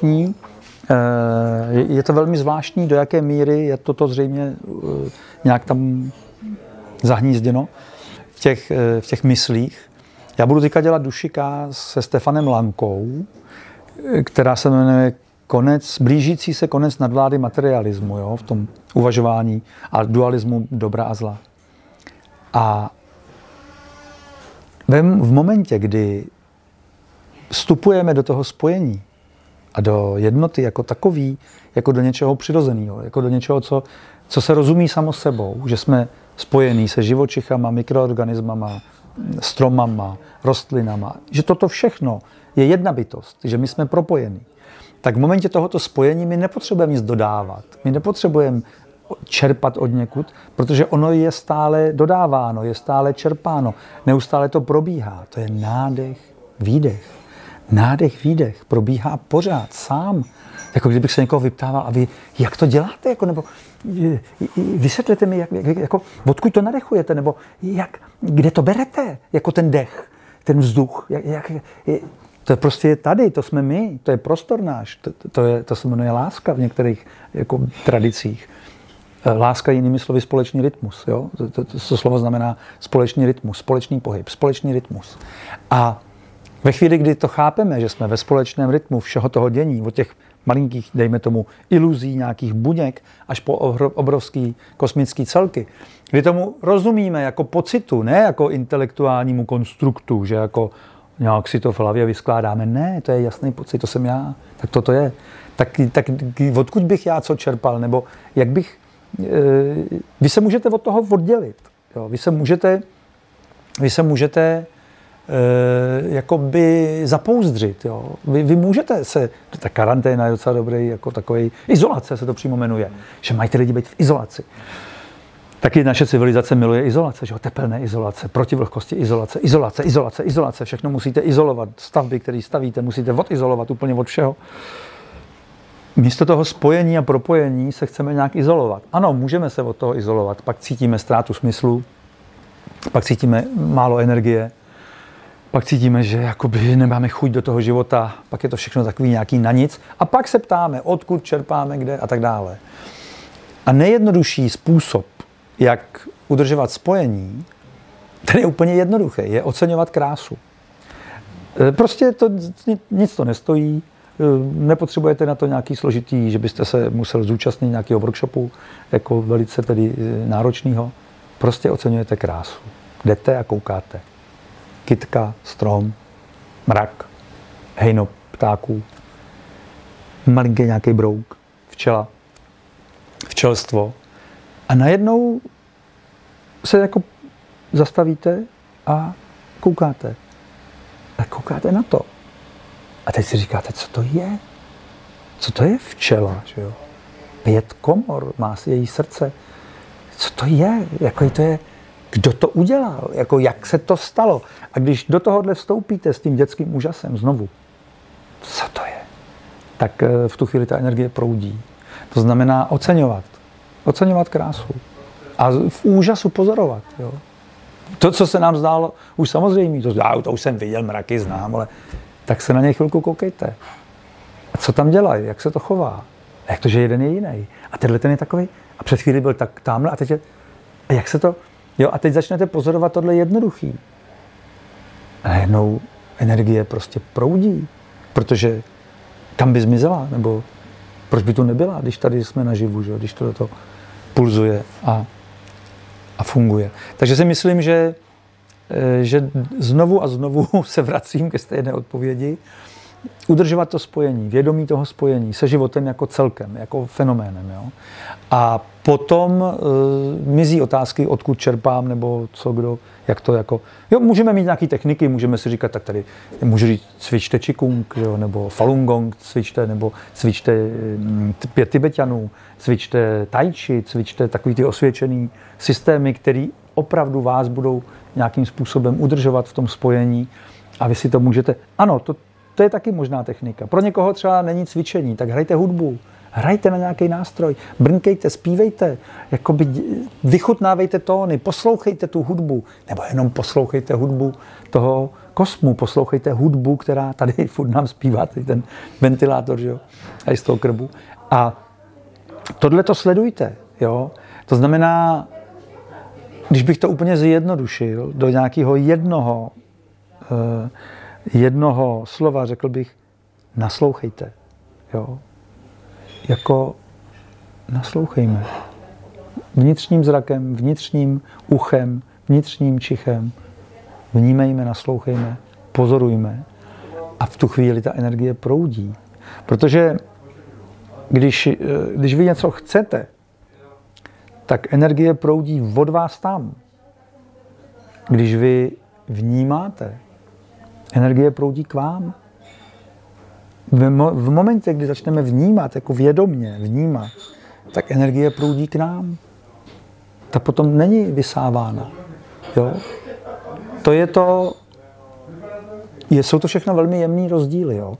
Speaker 2: zvláštní, do jaké míry je toto zřejmě nějak tam zahnízděno v těch myslích. Já budu teďka dělat dušika se Stefanem Lankou, která se jmenuje blížící se konec nadvlády materialismu, jo, v tom uvažování a dualismu dobra a zla. A v momentě, kdy vstupujeme do toho spojení a do jednoty jako takový, jako do něčeho přirozeného, jako do něčeho, co se rozumí samo sebou, že jsme spojení se živočichama, mikroorganismama, stromama, rostlinama, že toto všechno je jedna bytost, že my jsme propojení. Tak v momentě tohoto spojení my nepotřebujeme nic dodávat. My nepotřebujeme čerpat od někud, protože ono je stále dodáváno, je stále čerpáno. Neustále to probíhá. To je nádech, výdech. Nádech, výdech probíhá pořád, sám. Jako kdybych se někoho vyptával, a vy, jak to děláte? Jako, nebo vysvětlete mi, jako, odkud to nadechujete, nebo kde to berete, jako ten dech, ten vzduch. To je prostě tady, to jsme my, to je prostor náš, to se jmenuje láska v některých jako, tradicích. Láska jinými slovy společný rytmus. Jo? To slovo znamená společný rytmus, společný pohyb, společný rytmus. A ve chvíli, kdy to chápeme, že jsme ve společném rytmu všeho toho dění, od těch malinkých, dejme tomu, iluzí, nějakých buněk, až po obrovský kosmický celky, kdy tomu rozumíme jako pocitu, ne jako intelektuálnímu konstruktu, že jako nějak si to v hlavě vyskládáme. Ne, to je jasný pocit, to jsem já. Tak toto je. Tak odkud bych já co čerpal, nebo jak bych... Vy se můžete od toho oddělit. Jo? Vy se můžete jakoby zapouzdřit. Jo? Vy můžete se... Ta karanténa je docela dobrý, jako takový... Izolace se to přímo jmenuje. Že mají ty lidi být v izolaci. Taky naše civilizace miluje izolace, že jo? Tepelné izolace, proti vlhkosti izolace. Všechno musíte izolovat. Stavby, které stavíte, musíte odizolovat úplně od všeho. Místo toho spojení a propojení se chceme nějak izolovat. Ano, můžeme se od toho izolovat, pak cítíme ztrátu smyslu, pak cítíme málo energie, pak cítíme, že jakoby nemáme chuť do toho života, pak je to všechno takový nějaký na nic a pak se ptáme, odkud čerpáme, kde a tak dále. A nejjednodušší způsob, jak udržovat spojení, ten je úplně jednoduchý, je oceňovat krásu. Prostě nic to nestojí, nepotřebujete na to nějaký složitý, že byste se musel zúčastnit nějakého workshopu, jako velice tedy náročného. Prostě oceňujete krásu. Jdete a koukáte. Kytka, strom, mrak, hejno ptáků, malinký nějaký brouk, včela, včelstvo. A najednou se jako zastavíte a koukáte. A koukáte na to. A teď si říkáte, co to je? Co to je včela? Že jo? 5 komor má její srdce. Co to je? Jako to je? Kdo to udělal? Jako jak se to stalo? A když do tohohle vstoupíte s tím dětským úžasem znovu, co to je? Tak v tu chvíli ta energie proudí. To znamená oceňovat. Oceňovat krásu. A v úžasu pozorovat. Jo? To, co se nám zdálo už samozřejmě, to už jsem viděl, mraky znám, ale tak se na něj chvilku koukejte. A co tam dělají? Jak se to chová? A jak to, že jeden je jiný? A tenhle ten je takový. A před chvíli byl tak tamhle a teď je... A jak se to... Jo, a teď začnete pozorovat tohle jednoduchý. A najednou energie prostě proudí. Protože kam by zmizela? Nebo proč by tu nebyla, když tady jsme naživu, že? Když to pulzuje a funguje. Takže si myslím, že znovu a znovu se vracím ke stejné odpovědi. Udržovat to spojení, vědomí toho spojení se životem jako celkem, jako fenoménem. Jo? A potom mizí otázky, odkud čerpám, nebo co, kdo, jak to jako... Jo, můžeme mít nějaké techniky, můžeme si říkat, tak tady můžu říct, cvičte Qigong, jo, nebo Falun Gong cvičte, nebo cvičte 5 Tibetanů, cvičte Tai Chi, cvičte takový ty osvědčený systémy, které opravdu vás budou nějakým způsobem udržovat v tom spojení a vy si to můžete... Ano, to je taky možná technika. Pro někoho třeba není cvičení, tak hrajte hudbu, hrajte na nějaký nástroj, brnkejte, zpívejte, jakoby vychutnávejte tóny, poslouchejte tu hudbu, nebo jenom poslouchejte hudbu toho kosmu, poslouchejte hudbu, která tady furt nám zpívá, ten ventilátor, že jo, a i z toho krbu. A tohle to sledujte, jo. To znamená, když bych to úplně zjednodušil do nějakého jednoho slova, řekl bych, naslouchejte. Jo? jako naslouchejme. Vnitřním zrakem, vnitřním uchem, vnitřním čichem. Vnímejme, naslouchejme, pozorujme. A v tu chvíli ta energie proudí. Protože když vy něco chcete, tak energie proudí od vás tam. Když vy vnímáte, energie proudí k vám. V momentě, kdy začneme vnímat, jako vědomně vnímat, tak energie proudí k nám. Ta potom není vysávána. Jo? Jsou to všechno velmi jemný rozdíly. Jo?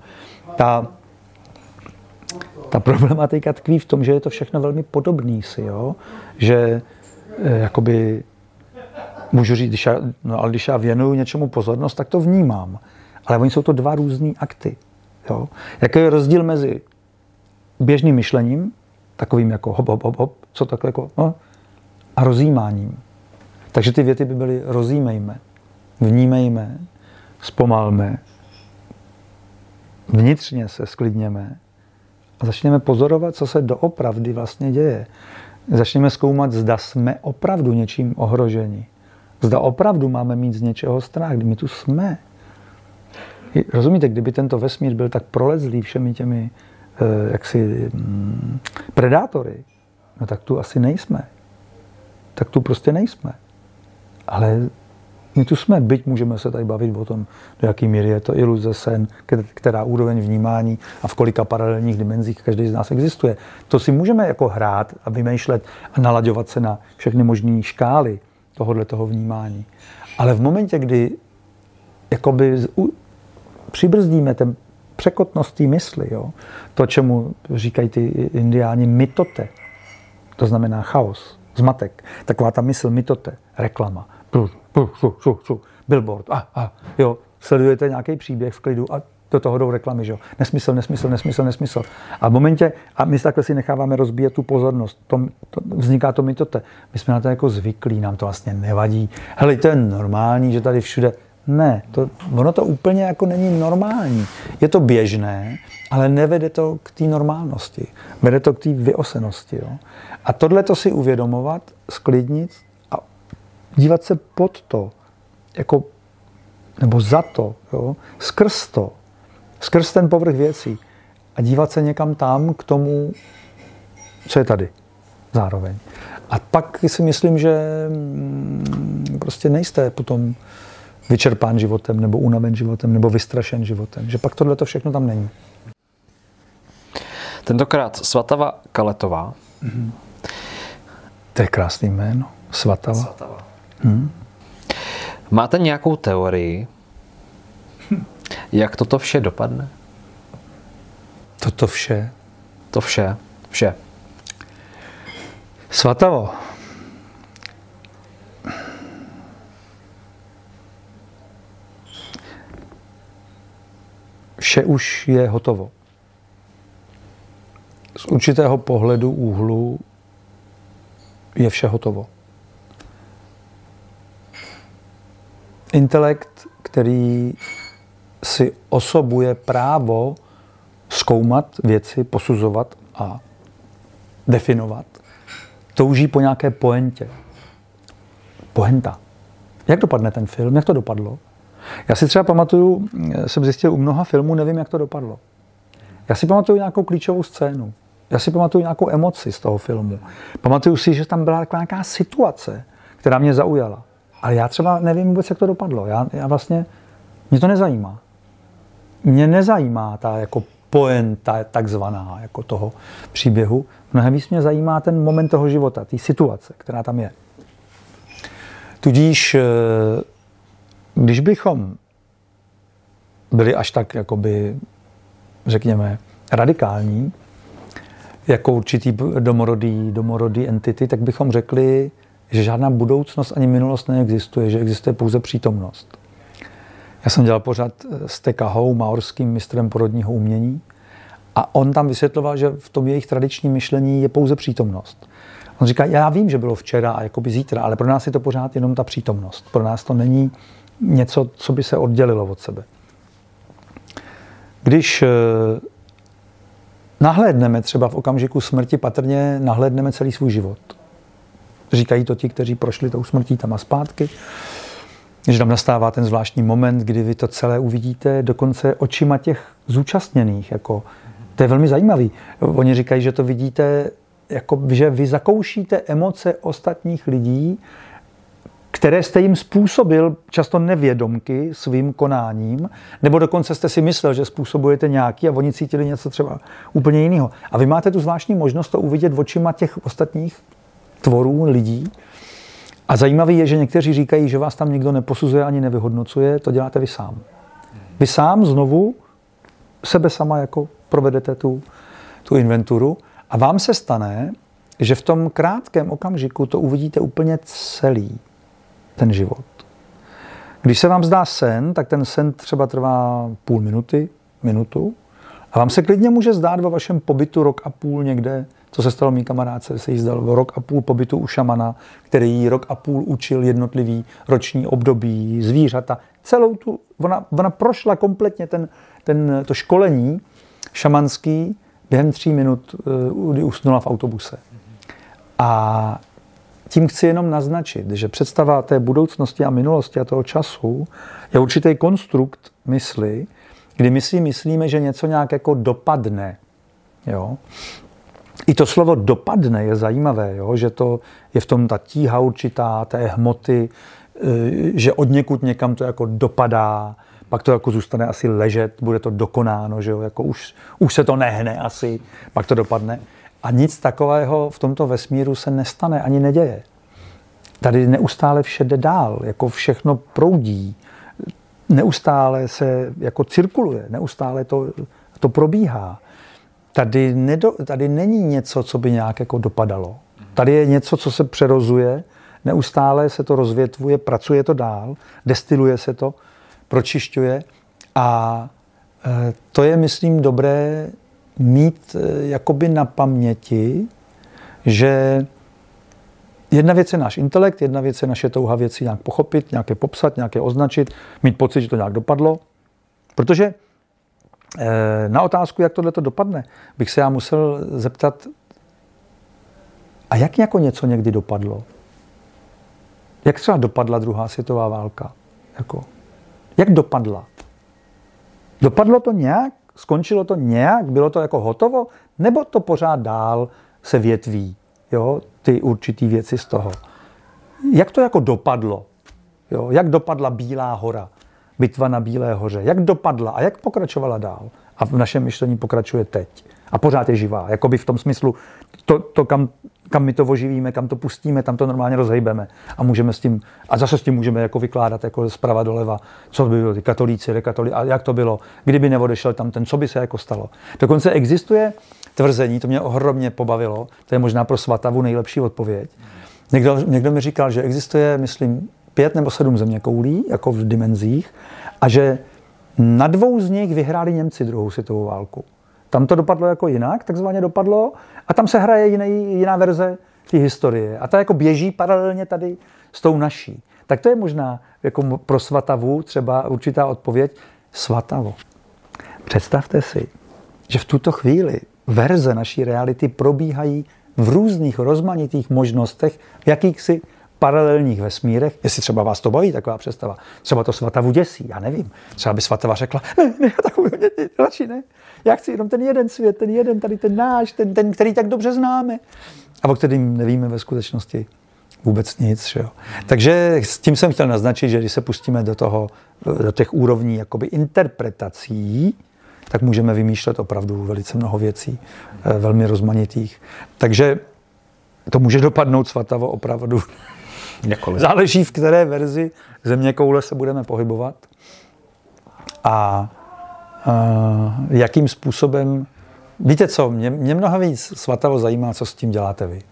Speaker 2: Ta problematika tkví v tom, že je to všechno velmi podobný si. Jo? Že jakoby můžu říct, když já věnuju něčemu pozornost, tak to vnímám. Ale oni jsou to dva různý akty. Jo? Jaký je rozdíl mezi běžným myšlením, takovým jako hop, hop, hop, hop, co takhle jako, no, a rozjímáním. Takže ty věty by byly rozjímejme, vnímejme, zpomalme, vnitřně se sklidněme a začněme pozorovat, co se doopravdy vlastně děje. Začněme zkoumat, zda jsme opravdu něčím ohroženi. Zda opravdu máme mít z něčeho strach, kdy my tu jsme. Rozumíte, kdyby tento vesmír byl tak prolezlý všemi těmi predátory, no tak tu asi nejsme. Tak tu prostě nejsme. Ale my tu jsme, byť můžeme se tady bavit o tom, do jaký míry je to iluze, sen, která úroveň vnímání a v kolika paralelních dimenzích každý z nás existuje. To si můžeme jako hrát a vymýšlet a nalaďovat se na všechny možné škály toho vnímání. Ale v momentě, kdy jakoby přibrzdíme ten překotnost té mysli, jo, to, čemu říkají ty indiáni mitote, to znamená chaos, zmatek, taková ta mysl mitote, reklama, billboard, jo, sledujete nějaký příběh v klidu a do toho jdou reklamy, jo, nesmysl. A v momentě, a my takhle si necháváme rozbíjet tu pozornost, vzniká to mitote. My jsme na to jako zvyklí, nám to vlastně nevadí. Hele, to je normální, že tady všude. Ne, ono to úplně jako není normální. Je to běžné, ale nevede to k té normálnosti. Vede to k té vyosenosti. Jo. A tohleto si uvědomovat, sklidnit a dívat se pod to, jako, nebo za to, jo, skrz ten povrch věcí a dívat se někam tam k tomu, co je tady zároveň. A pak si myslím, že prostě nejste potom vyčerpán životem, nebo unaven životem, nebo vystrašen životem. Že pak tohle to všechno tam není.
Speaker 1: Tentokrát Svatava Kaletová.
Speaker 2: Mm-hmm. To je krásný jméno. Svatava.
Speaker 1: Máte nějakou teorii, jak toto vše dopadne?
Speaker 2: Toto vše?
Speaker 1: To vše.
Speaker 2: Svatavo. Vše už je hotovo. Z určitého pohledu, úhlu je vše hotovo. Intelekt, který si osobuje právo zkoumat věci, posuzovat a definovat, touží po nějaké pointě. Pointa. Jak dopadne ten film? Jak to dopadlo? Já si třeba pamatuju, jsem zjistil u mnoha filmů, nevím, jak to dopadlo. Já si pamatuju nějakou klíčovou scénu. Já si pamatuju nějakou emoci z toho filmu. Pamatuju si, že tam byla nějaká situace, která mě zaujala. Ale já třeba nevím vůbec, jak to dopadlo. Já vlastně, mě to nezajímá. Mě nezajímá ta jako pointa takzvaná jako toho příběhu. Mnohem víc mě zajímá ten moment toho života, té situace, která tam je. Tudíž když bychom byli až tak, jakoby, řekněme, radikální, jako určitý domorodý entity, tak bychom řekli, že žádná budoucnost ani minulost neexistuje, že existuje pouze přítomnost. Já jsem dělal pořad s Tekahou, maorským mistrem porodního umění, a on tam vysvětloval, že v tom jejich tradičním myšlení je pouze přítomnost. On říká, já vím, že bylo včera a jakoby zítra, ale pro nás je to pořád jenom ta přítomnost. Pro nás to není něco, co by se oddělilo od sebe. Když nahlédneme třeba v okamžiku smrti, patrně nahlédneme celý svůj život. Říkají to ti, kteří prošli tou smrtí tam a zpátky, že tam nastává ten zvláštní moment, kdy vy to celé uvidíte dokonce očima těch zúčastněných. Jako, to je velmi zajímavý. Oni říkají, že to vidíte, jako, že vy zakoušíte emoce ostatních lidí, které jste jim způsobil často nevědomky svým konáním, nebo dokonce jste si myslel, že způsobujete nějaký a oni cítili něco třeba úplně jiného. A vy máte tu zvláštní možnost to uvidět očima těch ostatních tvorů, lidí. A zajímavý je, že někteří říkají, že vás tam nikdo neposuzuje ani nevyhodnocuje, to děláte vy sám. Vy sám znovu sebe sama jako provedete tu inventuru a vám se stane, že v tom krátkém okamžiku to uvidíte úplně celý, ten život. Když se vám zdá sen, tak ten sen třeba trvá půl minuty, minutu a vám se klidně může zdát ve vašem pobytu rok a půl někde, co se stalo mý kamarádce, se jí zdal rok a půl pobytu u šamana, který jí rok a půl učil jednotlivý roční období, zvířata. Celou tu, ona prošla kompletně to školení šamanský během 3 minut, kdy usnula v autobuse. A tím chci jenom naznačit, že představa té budoucnosti a minulosti a toho času je určitý konstrukt mysli, kdy my si myslíme, že něco nějak jako dopadne. Jo? I to slovo dopadne je zajímavé, jo? Že to je v tom ta tíha určitá, té hmoty, že od někud někam to jako dopadá, pak to jako zůstane asi ležet, bude to dokonáno, že jo? Jako už se to nehne asi, pak to dopadne. A nic takového v tomto vesmíru se nestane ani neděje. Tady neustále vše jde dál, jako všechno proudí, neustále se jako cirkuluje, neustále to probíhá. Tady není něco, co by nějak jako dopadalo. Tady je něco, co se přerozuje, neustále se to rozvětvuje, pracuje to dál, destiluje se to, pročišťuje a to je, myslím, dobré mít jakoby na paměti, že jedna věc je náš intelekt, jedna věc je naše touha věci nějak pochopit, nějaké popsat, nějaké označit, mít pocit, že to nějak dopadlo. Protože na otázku, jak tohle to dopadne, bych se já musel zeptat, a jak jako něco někdy dopadlo? Jak třeba dopadla druhá světová válka? Jak dopadla? Dopadlo to nějak? Skončilo to nějak? Bylo to jako hotovo? Nebo to pořád dál se větví? Jo? Ty určitý věci z toho. Jak to jako dopadlo? Jo? Jak dopadla Bílá hora? Bitva na Bílé hoře. Jak dopadla a jak pokračovala dál? A v našem myšlení pokračuje teď. A pořád je živá. Jakoby v tom smyslu, kam my to oživíme, kam to pustíme, tam to normálně rozhejbeme. A můžeme s tím, a zase s tím můžeme jako vykládat jako zprava doleva, co by bylo ty katolíci, rekatolíci, a jak to bylo, kdyby neodešel tam ten, co by se jako stalo. Dokonce existuje tvrzení, to mě ohromně pobavilo, to je možná pro Svatavu nejlepší odpověď. Někdo mi říkal, že existuje, myslím, 5 nebo 7 zeměkoulí, jako v dimenzích, a že na 2 z nich vyhráli Němci druhou světovou válku. Tam to dopadlo jako jinak, takzvaně dopadlo, a tam se hraje jiná verze té historie. A ta jako běží paralelně tady s tou naší. Tak to je možná jako pro Svatavu třeba určitá odpověď. Svatavo, představte si, že v tuto chvíli verze naší reality probíhají v různých rozmanitých možnostech, v jakýchsi paralelních vesmírech. Jestli třeba vás to baví, taková představa. Třeba to Svatavu děsí, já nevím. Třeba by Svatava řekla, ne, takového radši ne. Já chci jenom ten jeden svět, ten jeden, tady ten náš, ten, který tak dobře známe. A o kterým nevíme ve skutečnosti vůbec nic. Že jo? Takže s tím jsem chtěl naznačit, že když se pustíme do těch úrovní jakoby interpretací, tak můžeme vymýšlet opravdu velice mnoho věcí, velmi rozmanitých. Takže to může dopadnout, Svatavo, opravdu.
Speaker 1: Jakoliv.
Speaker 2: Záleží, v které verzi zeměkoule se budeme pohybovat a jakým způsobem. Víte co, mě mnohem víc, Svatavo, zajímá, co s tím děláte vy.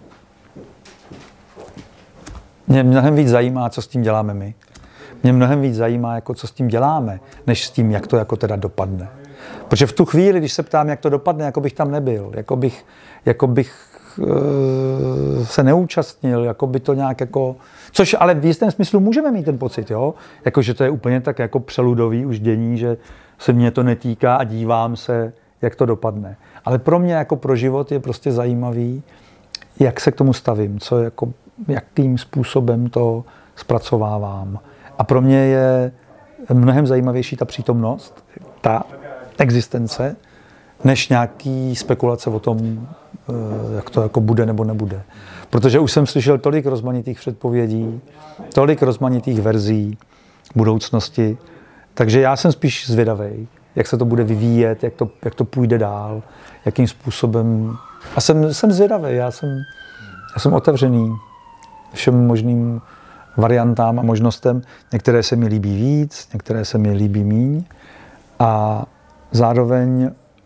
Speaker 2: Mě mnohem víc zajímá, co s tím děláme my. Mě mnohem víc zajímá, jako co s tím děláme, než s tím, jak to jako teda dopadne. Protože v tu chvíli, když se ptám, jak to dopadne, jako bych tam nebyl, jako bych se neúčastnil, jako by to nějak jako. Což ale v jistém smyslu můžeme mít ten pocit, jo? Jako, že to je úplně tak jako přeludový už dění, že se mě to netýká a dívám se jak to dopadne. Ale pro mě jako pro život je prostě zajímavý, jak se k tomu stavím, jakým způsobem to zpracovávám. A pro mě je mnohem zajímavější ta přítomnost, ta existence, než nějaký spekulace o tom, jak to jako bude nebo nebude. Protože už jsem slyšel tolik rozmanitých předpovědí, tolik rozmanitých verzí budoucnosti, takže já jsem spíš zvědavej, jak se to bude vyvíjet, jak to půjde dál, jakým způsobem. A jsem zvědavej, já jsem otevřený všem možným variantám a možnostem. Některé se mi líbí víc, některé se mi líbí míň. A zároveň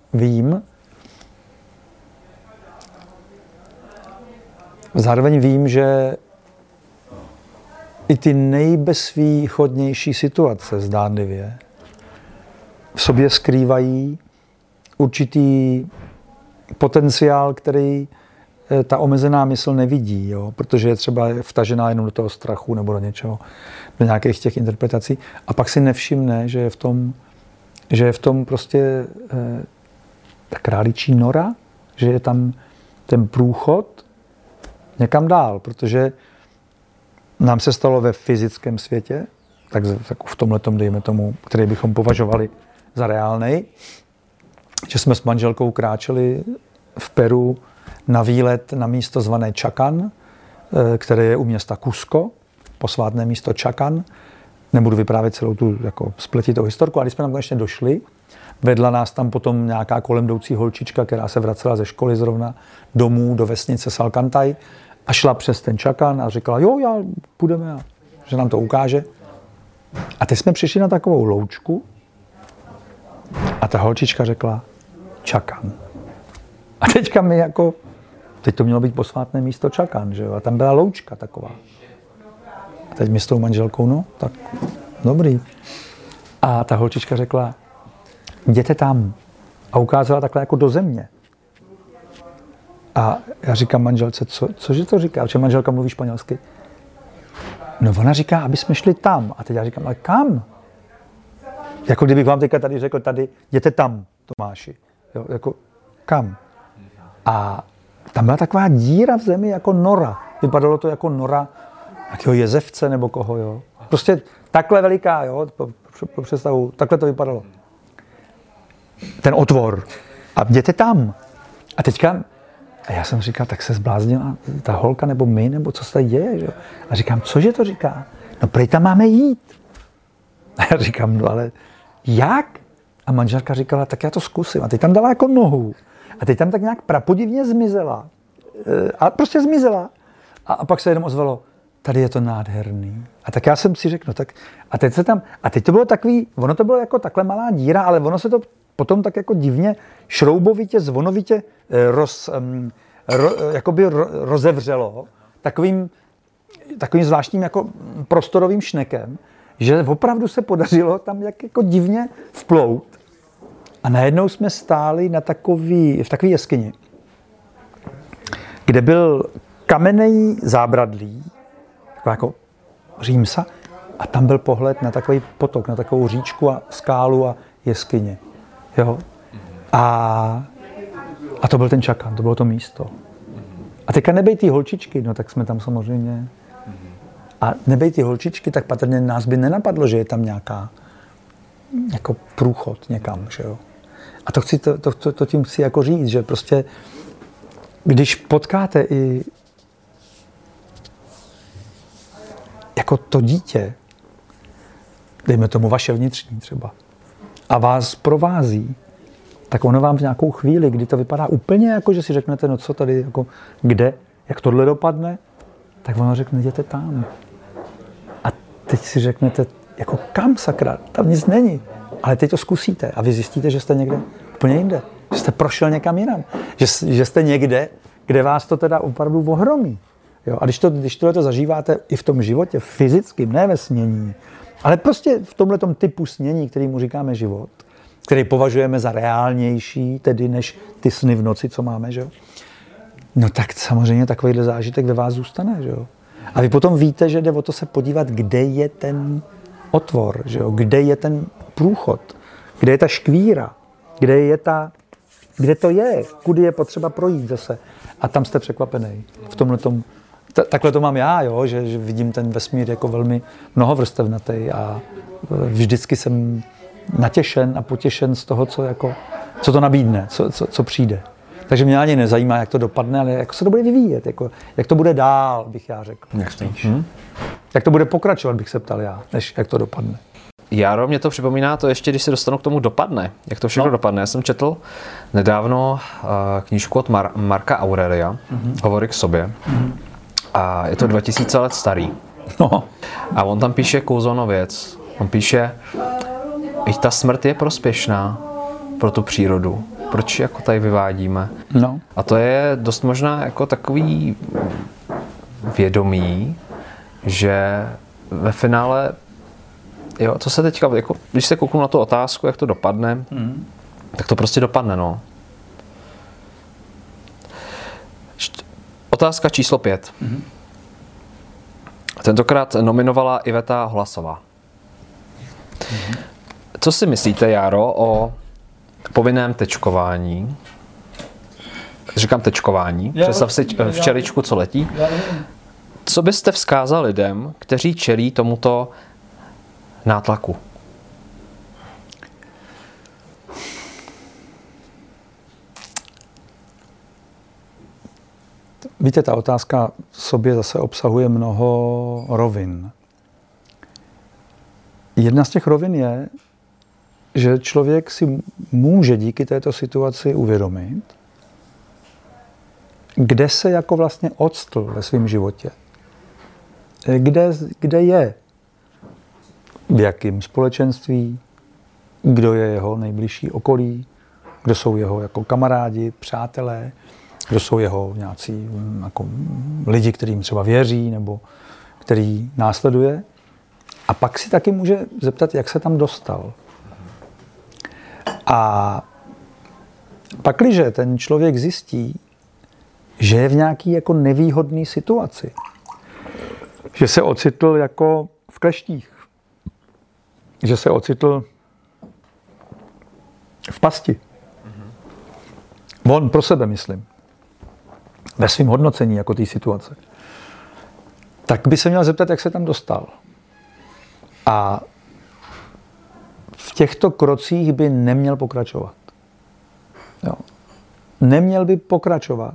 Speaker 2: vím, že i ty nejbezvýchodnější situace zdánlivě v sobě skrývají určitý potenciál, který ta omezená mysl nevidí, jo? Protože je třeba vtažená jenom do toho strachu nebo do něčeho, do nějakých těch interpretací a pak si nevšimne, že je v tom prostě ta králičí nora, že je tam ten průchod někam dál, protože nám se stalo ve fyzickém světě, tak v tomhletom, dejme tomu, který bychom považovali za reálnej, že jsme s manželkou kráčeli v Peru na výlet na místo zvané Chacan, které je u města Cusco, posvátné místo Chacan. Nebudu vyprávět celou tu jako spletitou historku, ale když jsme tam konečně došli, vedla nás tam potom nějaká kolem jdoucí holčička, která se vracela ze školy zrovna domů do vesnice Salcantay a šla přes ten Chacan a říkala, jo, půjdeme, a že nám to ukáže. A teď jsme přišli na takovou loučku a ta holčička řekla Chacan. A teďka teď to mělo být posvátné místo Chacan, že jo? A tam byla loučka taková. A teď my s tou manželkou, no, tak dobrý. A ta holčička řekla, jděte tam. A ukázala takhle jako do země. A já říkám manželce, cože to říká? Protože manželka mluví španělsky. No ona říká, aby jsme šli tam. A teď já říkám, ale kam? Jako kdybych vám teďka tady řekl, tady, jděte tam, Tomáši. Jo, jako kam? A tam byla taková díra v zemi jako nora. Vypadalo to jako nora nějakého jezevce nebo koho, jo. Prostě takhle veliká, jo, po představu, takhle to vypadalo. Ten otvor. A jděte tam. A teďka, a já jsem říkal, tak se zbláznila ta holka nebo my, nebo co se tady děje, že? A říkám, cože to říká? No prej tam máme jít. A já říkám, no ale jak? A manželka říkala, tak já to zkusím. A teď tam dala jako nohu. A teď tam tak nějak prapodivně zmizela. A prostě zmizela. A pak se jenom ozvalo, tady je to nádherný. A tak já jsem si řekl, no tak, a teď to bylo takový, ono to bylo jako takhle malá díra, ale ono se to potom tak jako divně, šroubovitě, zvonovitě rozevřelo takovým zvláštním jako prostorovým šnekem, že opravdu se podařilo tam jako divně vplout. A najednou jsme stáli v takové jeskyni, kde byl kamenný zábradlí, jako římsa, a tam byl pohled na takový potok, na takovou říčku a skálu a jeskyně. Jo? A to byl ten Chacan, to bylo to místo. A teďka nebej ty holčičky, no tak jsme tam samozřejmě. A nebej ty holčičky, tak patrně nás by nenapadlo, že je tam nějaká jako průchod někam, že jo. A to tím chci jako říct, že prostě když potkáte i jako to dítě, dejme tomu vaše vnitřní třeba, a vás provází, tak ono vám v nějakou chvíli, kdy to vypadá úplně jako, že si řeknete, no co tady, jako kde, jak tohle dopadne, tak ono řekne, jděte tam. A teď si řeknete, jako kam sakra, tam nic není. Ale teď to zkusíte a vy zjistíte, že jste někde úplně jinde. Že jste prošel někam jinam. Že jste někde, kde vás to teda opravdu ohromí. Jo? A když tohle to zažíváte i v tom životě, fyzicky, ne ve snění, ale prostě v tomhletom typu snění, který mu říkáme život, který považujeme za reálnější, tedy než ty sny v noci, co máme, že jo? No tak samozřejmě takovýhle zážitek ve vás zůstane, že jo? A vy potom víte, že jde o to se podívat, kde je ten otvor, že jo? Kde je ten průchod, kde je ta škvíra, kde je ta kde to je, kudy je potřeba projít zase. A tam jste překvapený. V tomhletom, takhle to mám já, jo, že vidím ten vesmír jako velmi mnohovrstevnatý a vždycky jsem natěšen a potěšen z toho, co to nabídne, co přijde. Takže mě ani nezajímá, jak to dopadne, ale jak se to bude vyvíjet, jak to bude dál, bych já řekl. Jak to bude pokračovat, bych se ptal já, než jak to dopadne.
Speaker 1: Jaro, mě to připomíná to ještě, když se dostanu k tomu dopadne. Jak to všechno dopadne. Já jsem četl nedávno knížku od Marka Aurelia, Hovory k sobě. A je to 2000 let starý.
Speaker 2: No.
Speaker 1: A on tam píše kouzelnou věc. On píše, i ta smrt je prospěšná pro tu přírodu. Proč jako tady vyvádíme?
Speaker 2: No.
Speaker 1: A to je dost možná jako takový vědomí, že ve finále, jo, co se teďka, jako, když se kouknu na tu otázku, jak to dopadne, tak to prostě dopadne, no. Otázka číslo 5. Tentokrát nominovala Iveta Hlasová. Co si myslíte, Jaro, o povinném tečkování? Říkám tečkování. Představ si včeličku, co letí. Co byste vzkázal lidem, kteří čelí tomuto nátlaku?
Speaker 2: Víte, ta otázka v sobě zase obsahuje mnoho rovin. Jedna z těch rovin je, že člověk si může díky této situaci uvědomit, kde se jako vlastně odstl ve svém životě. Kde je, v jakém společenství, kdo je jeho nejbližší okolí, kdo jsou jeho jako kamarádi, přátelé, kdo jsou jeho nějací jako lidi, kterým třeba věří nebo který následuje. A pak si taky může zeptat, jak se tam dostal. A pakliže ten člověk zjistí, že je v nějaký jako nevýhodný situaci, že se ocitl jako v kleštích, že se ocitl v pasti. On pro sebe, myslím, ve svém hodnocení jako té situace, tak by se měl zeptat, jak se tam dostal. A v těchto krocích by neměl pokračovat. Jo. Neměl by pokračovat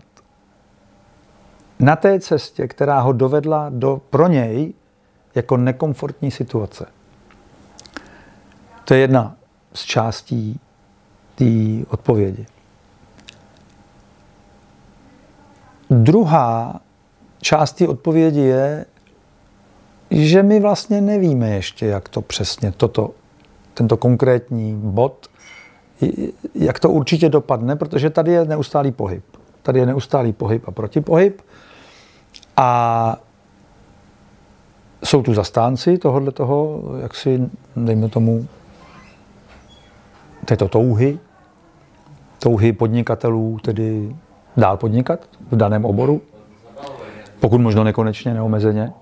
Speaker 2: na té cestě, která ho dovedla do pro něj jako nekomfortní situace. To je jedna z částí té odpovědi. Druhá část té odpovědi je, že my vlastně nevíme ještě, jak to přesně tento konkrétní bod, jak to určitě dopadne, protože tady je neustálý pohyb. Tady je neustálý pohyb a protipohyb. A jsou tu zastánci tohoto, jak si, dejme tomu, této touhy podnikatelů, tedy dál podnikat v daném oboru, pokud možno nekonečně, neomezeně.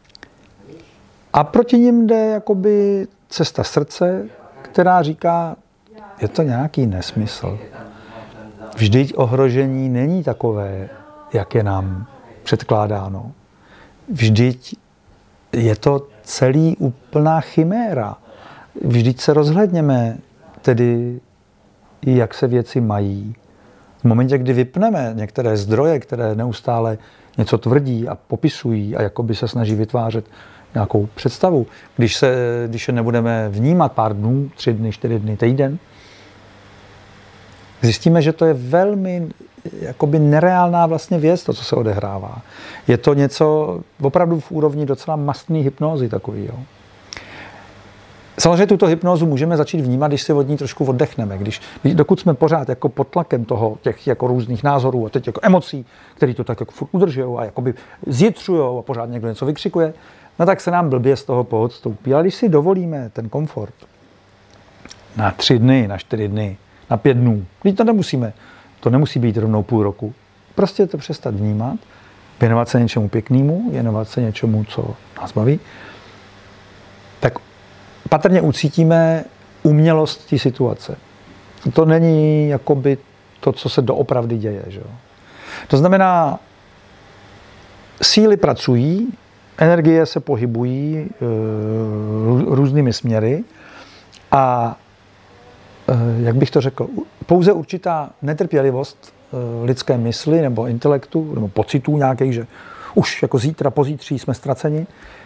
Speaker 2: A proti nim jde jakoby cesta srdce, která říká, je to nějaký nesmysl. Vždyť ohrožení není takové, jak je nám předkládáno. Vždyť je to celý úplná chiméra. Vždyť se rozhlédněme, tedy jak se věci mají. V momentě, kdy vypneme některé zdroje, které neustále něco tvrdí a popisují a jakoby se snaží vytvářet nějakou představu, když je nebudeme vnímat pár dnů, 3 dny, 4 dny, týden, zjistíme, že to je velmi jakoby nereálná vlastně věc, to, co se odehrává. Je to něco opravdu v úrovni docela mastné hypnózy takový. Jo. Samozřejmě tuto hypnózu můžeme začít vnímat, když si od ní trošku oddechneme. Dokud jsme pořád jako pod tlakem těch jako různých názorů a teď jako emocí, které to tak jako furt udržujou a jakoby zjitřujou a pořád někdo něco vykřikuje, no tak se nám blbě z toho poodstoupí. Ale když si dovolíme ten komfort na 3 dny, na 4 dny, na 5 dnů, když to nemusí být rovnou půl roku, prostě to přestat vnímat, věnovat se něčemu pěknému, věnovat se něčemu, co nás baví, tak patrně ucítíme umělost té situace. To není jakoby to, co se doopravdy děje. Že? To znamená, síly pracují, energie se pohybují různými směry a jak bych to řekl, pouze určitá netrpělivost lidské mysli nebo intelektu nebo pocitů nějakých, že už jako zítra, pozítří jsme ztraceni,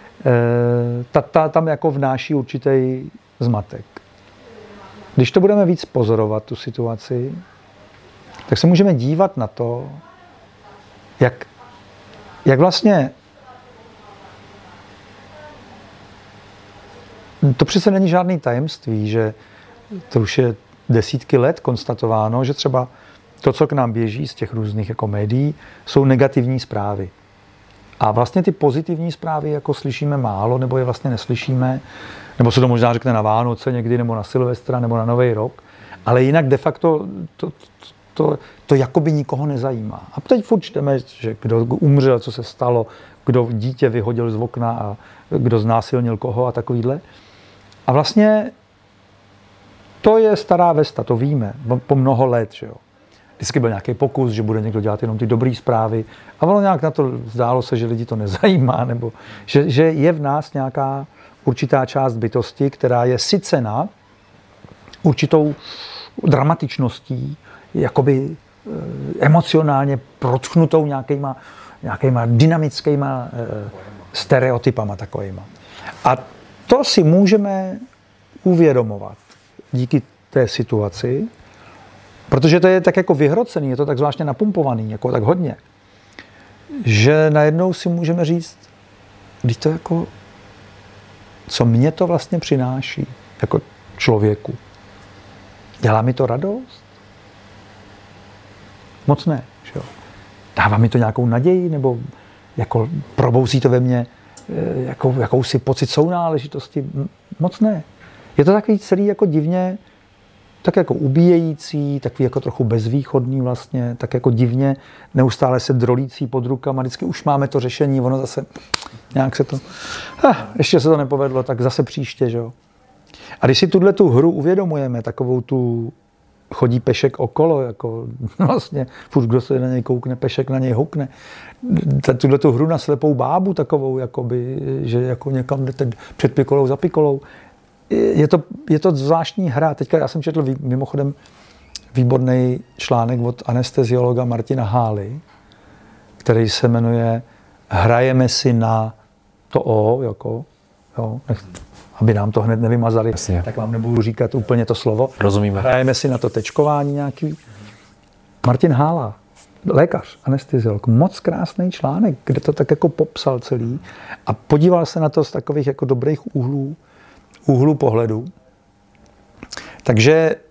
Speaker 2: tam jako vnáší určitý zmatek. Když to budeme víc pozorovat, tu situaci, tak se můžeme dívat na to, jak vlastně to přece není žádný tajemství, že to už je desítky let konstatováno, že třeba to, co k nám běží z těch různých jako médií, jsou negativní zprávy. A vlastně ty pozitivní zprávy jako slyšíme málo, nebo je vlastně neslyšíme, nebo se to možná řekne na Vánoce někdy, nebo na Silvestra, nebo na Nový rok, ale jinak de facto to jakoby nikoho nezajímá. A teď furt čteme, že kdo umřel, co se stalo, kdo dítě vyhodil z okna a kdo znásilnil koho a takovýhle. A vlastně to je stará vesta, to víme, po mnoho let, že jo. Vždycky byl nějaký pokus, že bude někdo dělat jenom ty dobré zprávy a ono nějak na to zdálo se, že lidi to nezajímá, nebo že je v nás nějaká určitá část bytosti, která je sycena určitou dramatičností, jakoby emocionálně protchnutou nějakýma dynamickýma stereotypama takovýma. A to si můžeme uvědomovat díky té situaci, protože to je tak jako vyhrocený, je to tak zvláštně napumpovaný, jako tak hodně, že najednou si můžeme říct, když to jako, co mě to vlastně přináší jako člověku. Dělá mi to radost? Moc ne. Že jo? Dává mi to nějakou naději, nebo jako probouzí to ve mně jakousi pocit sounáležitosti? Moc ne. Je to takový celý jako divně, tak jako ubíjející, takový jako trochu bezvýchodný vlastně, tak jako divně, neustále se drolící pod rukama, vždycky už máme to řešení, ono zase nějak se to, ještě se to nepovedlo, tak zase příště, že jo. A když si tu hru uvědomujeme, takovou tu chodí pešek okolo, jako vlastně furt kdo se na něj koukne, pešek na něj houkne. Tu hru na slepou bábu takovou, jakoby, že jako někam jdete před pikolou za pikolou. Je to zvláštní hra. Teďka já jsem četl mimochodem výborný článek od anesteziologa Martina Hály, který se jmenuje Hrajeme si na to jako, jo, aby nám to hned nevymazali,
Speaker 1: Jasně.
Speaker 2: Tak vám nebudu říkat úplně to slovo.
Speaker 1: Rozumíme.
Speaker 2: Hrajeme si na to tečkování nějaký. Martin Hála, lékař, anesteziolog, moc krásný článek, kde to tak jako popsal celý a podíval se na to z takových jako dobrých úhlu pohledu. Takže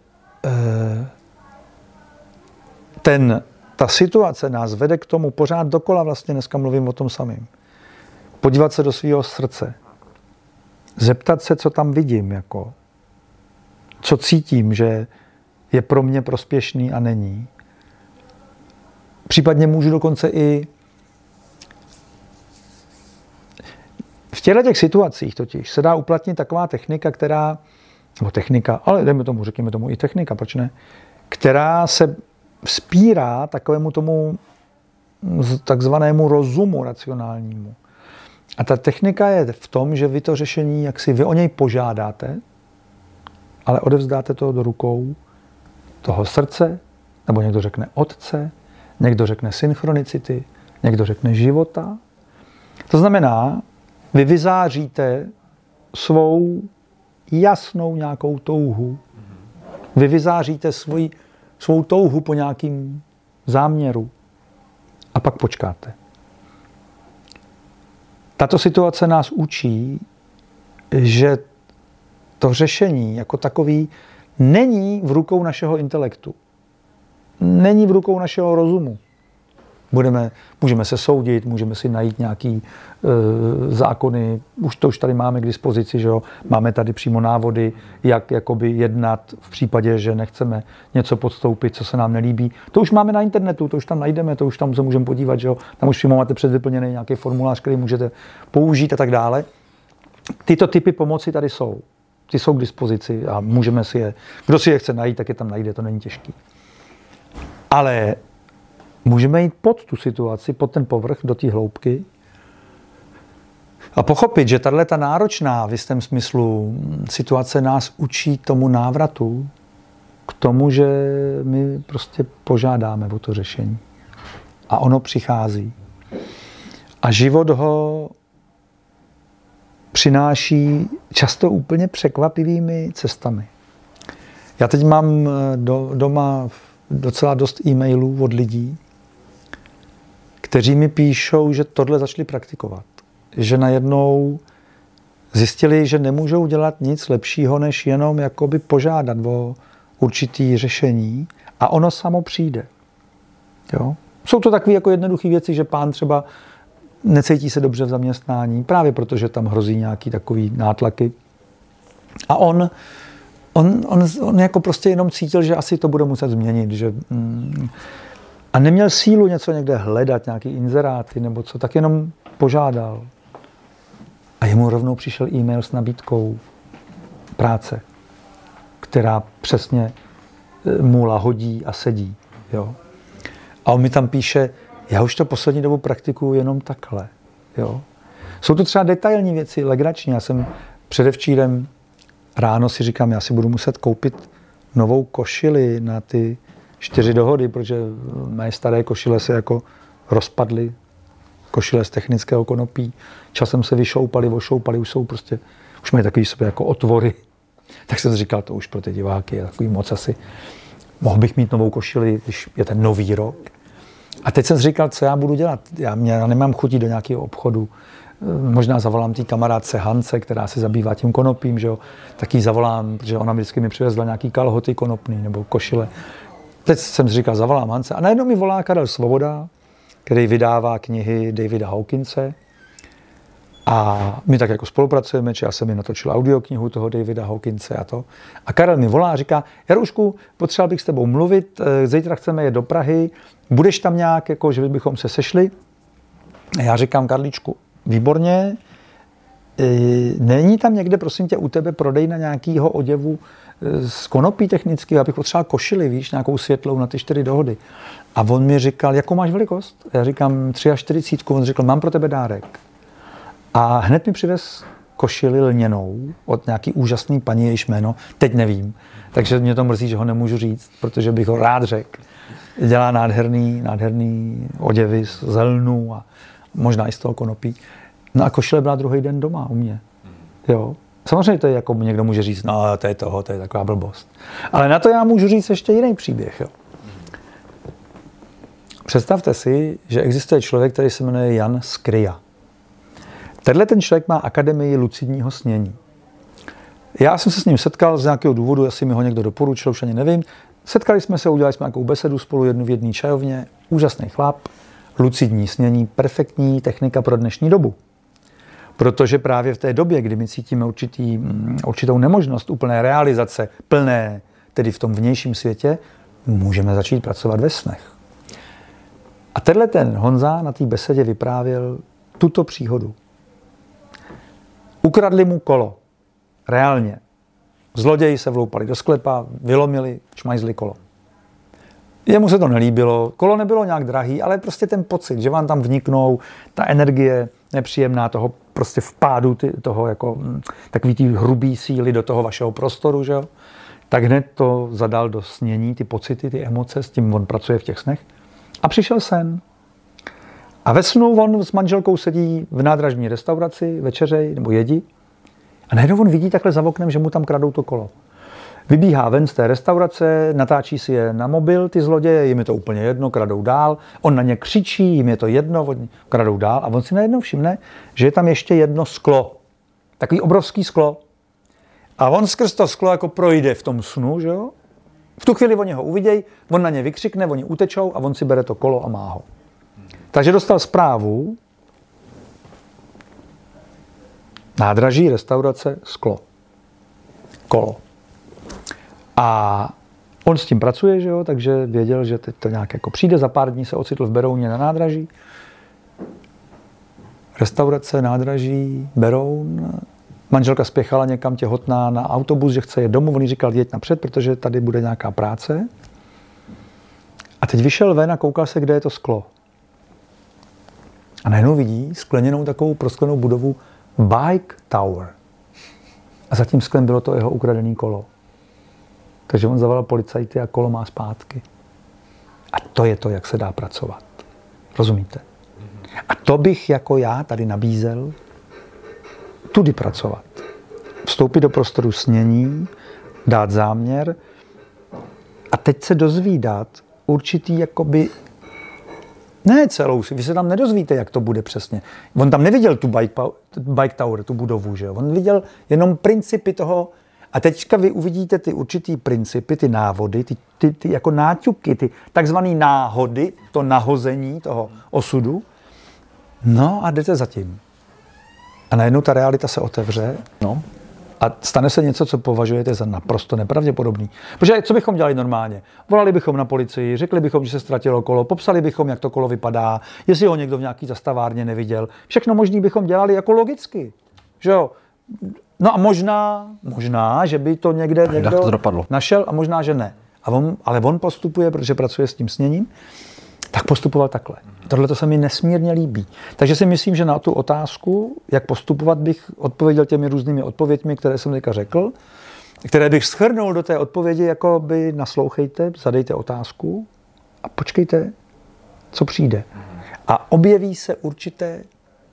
Speaker 2: ta situace nás vede k tomu pořád dokola, vlastně dneska mluvím o tom samém. Podívat se do svého srdce. Zeptat se, co tam vidím, jako, co cítím, že je pro mě prospěšný a není. Případně můžu dokonce i v těch situacích totiž se dá uplatnit taková technika, ale dejme tomu, řekněme tomu i technika, proč ne, která se vzpírá takovému tomu takzvanému rozumu racionálnímu. A ta technika je v tom, že vy to řešení, jak si vy o něj požádáte, ale odevzdáte to do rukou toho srdce, nebo někdo řekne otce, někdo řekne synchronicity, někdo řekne života. To znamená, vy vyzáříte svou jasnou nějakou touhu. Vy vyzáříte svou touhu po nějakým záměru a pak počkáte. Tato situace nás učí, že to řešení jako takový není v rukou našeho intelektu. Není v rukou našeho rozumu. Můžeme se soudit, můžeme si najít nějaký zákony, už tady máme k dispozici, že jo? Máme tady přímo návody, jak jakoby jednat v případě, že nechceme něco podstoupit, co se nám nelíbí. To už máme na internetu, to už tam najdeme, to už tam se můžeme podívat, že jo? Tam už přímo máte předvyplněný nějaký formulář, který můžete použít a tak dále. Tyto typy pomoci tady jsou. Ty jsou k dispozici a můžeme si je, kdo si je chce najít, tak je tam najde, to není těžký. Ale můžeme jít pod tu situaci, pod ten povrch, do té hloubky a pochopit, že tato náročná v jistém smyslu situace nás učí tomu návratu k tomu, že my prostě požádáme o to řešení. A ono přichází. A život ho přináší často úplně překvapivými cestami. Já teď mám doma docela dost e-mailů od lidí, kteří mi píšou, že tohle začali praktikovat. Že najednou zjistili, že nemůžou dělat nic lepšího, než jenom jakoby požádat o určitý řešení a ono samo přijde. Jo? Jsou to takové jako jednoduché věci, že pán třeba necítí se dobře v zaměstnání, právě protože tam hrozí nějaký takový nátlaky. A on jako prostě jenom cítil, že asi to bude muset změnit. Že, a neměl sílu něco někde hledat, nějaký inzeráty nebo co, tak jenom požádal. A jemu rovnou přišel e-mail s nabídkou práce, která přesně mu lahodí a sedí. Jo. A on mi tam píše, já už to poslední dobu praktikuju jenom takhle. Jo. Jsou to třeba detailní věci, legrační. Já jsem předevčírem ráno si říkám, já si budu muset koupit novou košili na ty 4 dohody, protože mé staré košile se jako rozpadly, košile z technického konopí. Časem se vyšoupali, ošoupali, už mají takový sobě jako otvory. Tak jsem si říkal, to už pro ty diváky je takový moc asi. Mohl bych mít novou košili, když je ten nový rok. A teď jsem si říkal, co já budu dělat. Já nemám chutí do nějakého obchodu. Možná zavolám té kamarádce Hance, která se zabývá tím konopím, že jo. Tak jí zavolám, protože ona vždycky mi přivezla nějaký kalhoty konopný nebo košile. Teď jsem si říkal, zavolám Hance. A najednou mi volá Karel Svoboda, který vydává knihy Davida Hawkinse. A my tak jako spolupracujeme, či já jsem mi natočil audioknihu toho Davida Hawkinse a to. A Karel mi volá a říká, Jaroušku, potřeboval bych s tebou mluvit, zítra chceme jet do Prahy, budeš tam nějak, jako, že bychom se sešli? A já říkám, Karlíčku, výborně, není tam někde, prosím tě, u tebe prodejna nějakého oděvu z konopí technického, abych potřeboval košili, víš, nějakou světlou na ty 4 dohody. A on mi říkal, jakou máš velikost? Já říkám 43, on řekl, mám pro tebe dárek. A hned mi přivez košili lněnou od nějaký úžasný paní, jejíž jméno, teď nevím. Takže mě to mrzí, že ho nemůžu říct, protože bych ho rád řekl. Dělá nádherný oděvy z lnu a možná i z toho konopí. No a košile byla druhý den doma u mě. Jo. Samozřejmě to je jako někdo může říct, no to je taková blbost. Ale na to já můžu říct ještě jiný příběh. Jo. Představte si, že existuje člověk, který se jmenuje Jan Skryja. Tenhle ten člověk má akademii lucidního snění. Já jsem se s ním setkal z nějakého důvodu, asi mi ho někdo doporučil, už ani nevím. Setkali jsme se, udělali jsme nějakou besedu spolu v jedné čajovně. Úžasný chlap, lucidní snění, perfektní technika pro dnešní dobu. Protože právě v té době, kdy my cítíme určitou nemožnost úplné realizace, plné, tedy v tom vnějším světě, můžeme začít pracovat ve snech. A tenhle ten Honza na té besedě vyprávěl tuto příhodu. Ukradli mu kolo. Reálně. Zloději se vloupali do sklepa, vylomili, šmajzli kolo. Jemu se to nelíbilo, kolo nebylo nějak drahý, ale prostě ten pocit, že vám tam vniknou, ta energie nepříjemná toho prostě vpádu toho jako takový ty hrubý síly do toho vašeho prostoru, že jo? Tak hned to zadal do snění, ty pocity, ty emoce, s tím on pracuje v těch snech. A přišel sen. A ve snu on s manželkou sedí v nádražní restauraci, večeřej nebo jedí. A najednou on vidí takhle za oknem, že mu tam kradou to kolo. Vybíhá ven z té restaurace, natáčí si je na mobil, ty zloděje, jim je to úplně jedno, kradou dál. On na ně křičí, jim je to jedno, kradou dál. A on si najednou všimne, že je tam ještě jedno sklo. Takový obrovský sklo. A on skrz to sklo jako projde v tom snu, že jo? V tu chvíli oni ho uvidějí, on na ně vykřikne, oni utečou a on si bere to kolo a má ho. Takže dostal zprávu, nádraží, restaurace, sklo. Kolo. A on s tím pracuje, že jo, takže věděl, že teď to nějak jako přijde, za pár dní se ocitl v Berouně na nádraží. Restaurace, nádraží, Beroun. Manželka spěchala někam těhotná na autobus, že chce jet domů. On jí říkal, jeď napřed, protože tady bude nějaká práce. A teď vyšel ven a koukal se, kde je to sklo. A najednou vidí skleněnou takovou prosklenou budovu Bike Tower. A za tím sklem bylo to jeho ukradené kolo. Takže on zavolal policajty a kolo má zpátky. A to je to, jak se dá pracovat. Rozumíte? A to bych jako já tady nabízel tudy pracovat. Vstoupit do prostoru snění, dát záměr a teď se dozvídat určitý jakoby ne celou, vy se tam nedozvíte, jak to bude přesně. On tam neviděl tu bike tower, tu budovu, že jo? On viděl jenom principy toho. A teďka vy uvidíte ty určitý principy, ty návody, ty jako náťuky, ty takzvané náhody, to nahození toho osudu. No a jdete za tím. A najednou ta realita se otevře. No. A stane se něco, co považujete za naprosto nepravděpodobný. Protože co bychom dělali normálně? Volali bychom na policii, řekli bychom, že se ztratilo kolo, popsali bychom, jak to kolo vypadá, jestli ho někdo v nějaký zastavárně neviděl. Všechno možný bychom dělali jako logicky. Že jo? No a možná, že by to někdo našel a možná, že ne. Ale on postupuje, protože pracuje s tím sněním, tak postupoval takhle. Tohle to se mi nesmírně líbí. Takže si myslím, že na tu otázku, jak postupovat, bych odpověděl těmi různými odpověďmi, které jsem teďka řekl, které bych shrnul do té odpovědi, jako by naslouchejte, zadejte otázku a počkejte, co přijde. A objeví se určité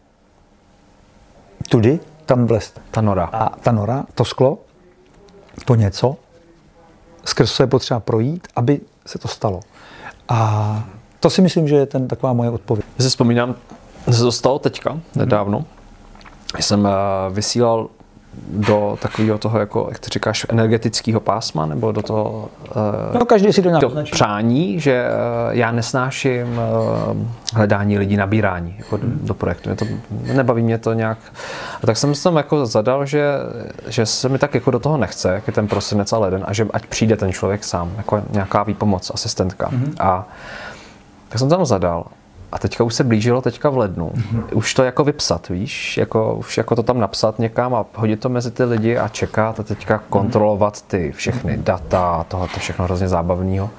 Speaker 2: tudy, tam vlezte.
Speaker 1: Ta nora.
Speaker 2: A ta nora, to sklo, to něco, skrz co je potřeba projít, aby se to stalo. A to si myslím, že je taková moje odpověď.
Speaker 1: Já si vzpomínám, že se to stalo teďka, nedávno. Jsem vysílal do takového toho, jako, jak ty říkáš, energetického pásma, nebo do toho
Speaker 2: každý si to nějak
Speaker 1: přání, že já nesnáším hledání lidí, nabírání jako do projektu. Nebaví mě to nějak. A tak jsem tam jako zadal, že se mi tak jako do toho nechce, jak je ten prosinec a leden, a že ať přijde ten člověk sám, jako nějaká výpomoc, asistentka. A tak jsem tam zadal. A teďka už se blížilo teďka v lednu. Už to jako vypsat, víš? Už jako to tam napsat někam a hodit to mezi ty lidi a čekat a teďka kontrolovat ty všechny data, tohoto všechno hrozně zábavného.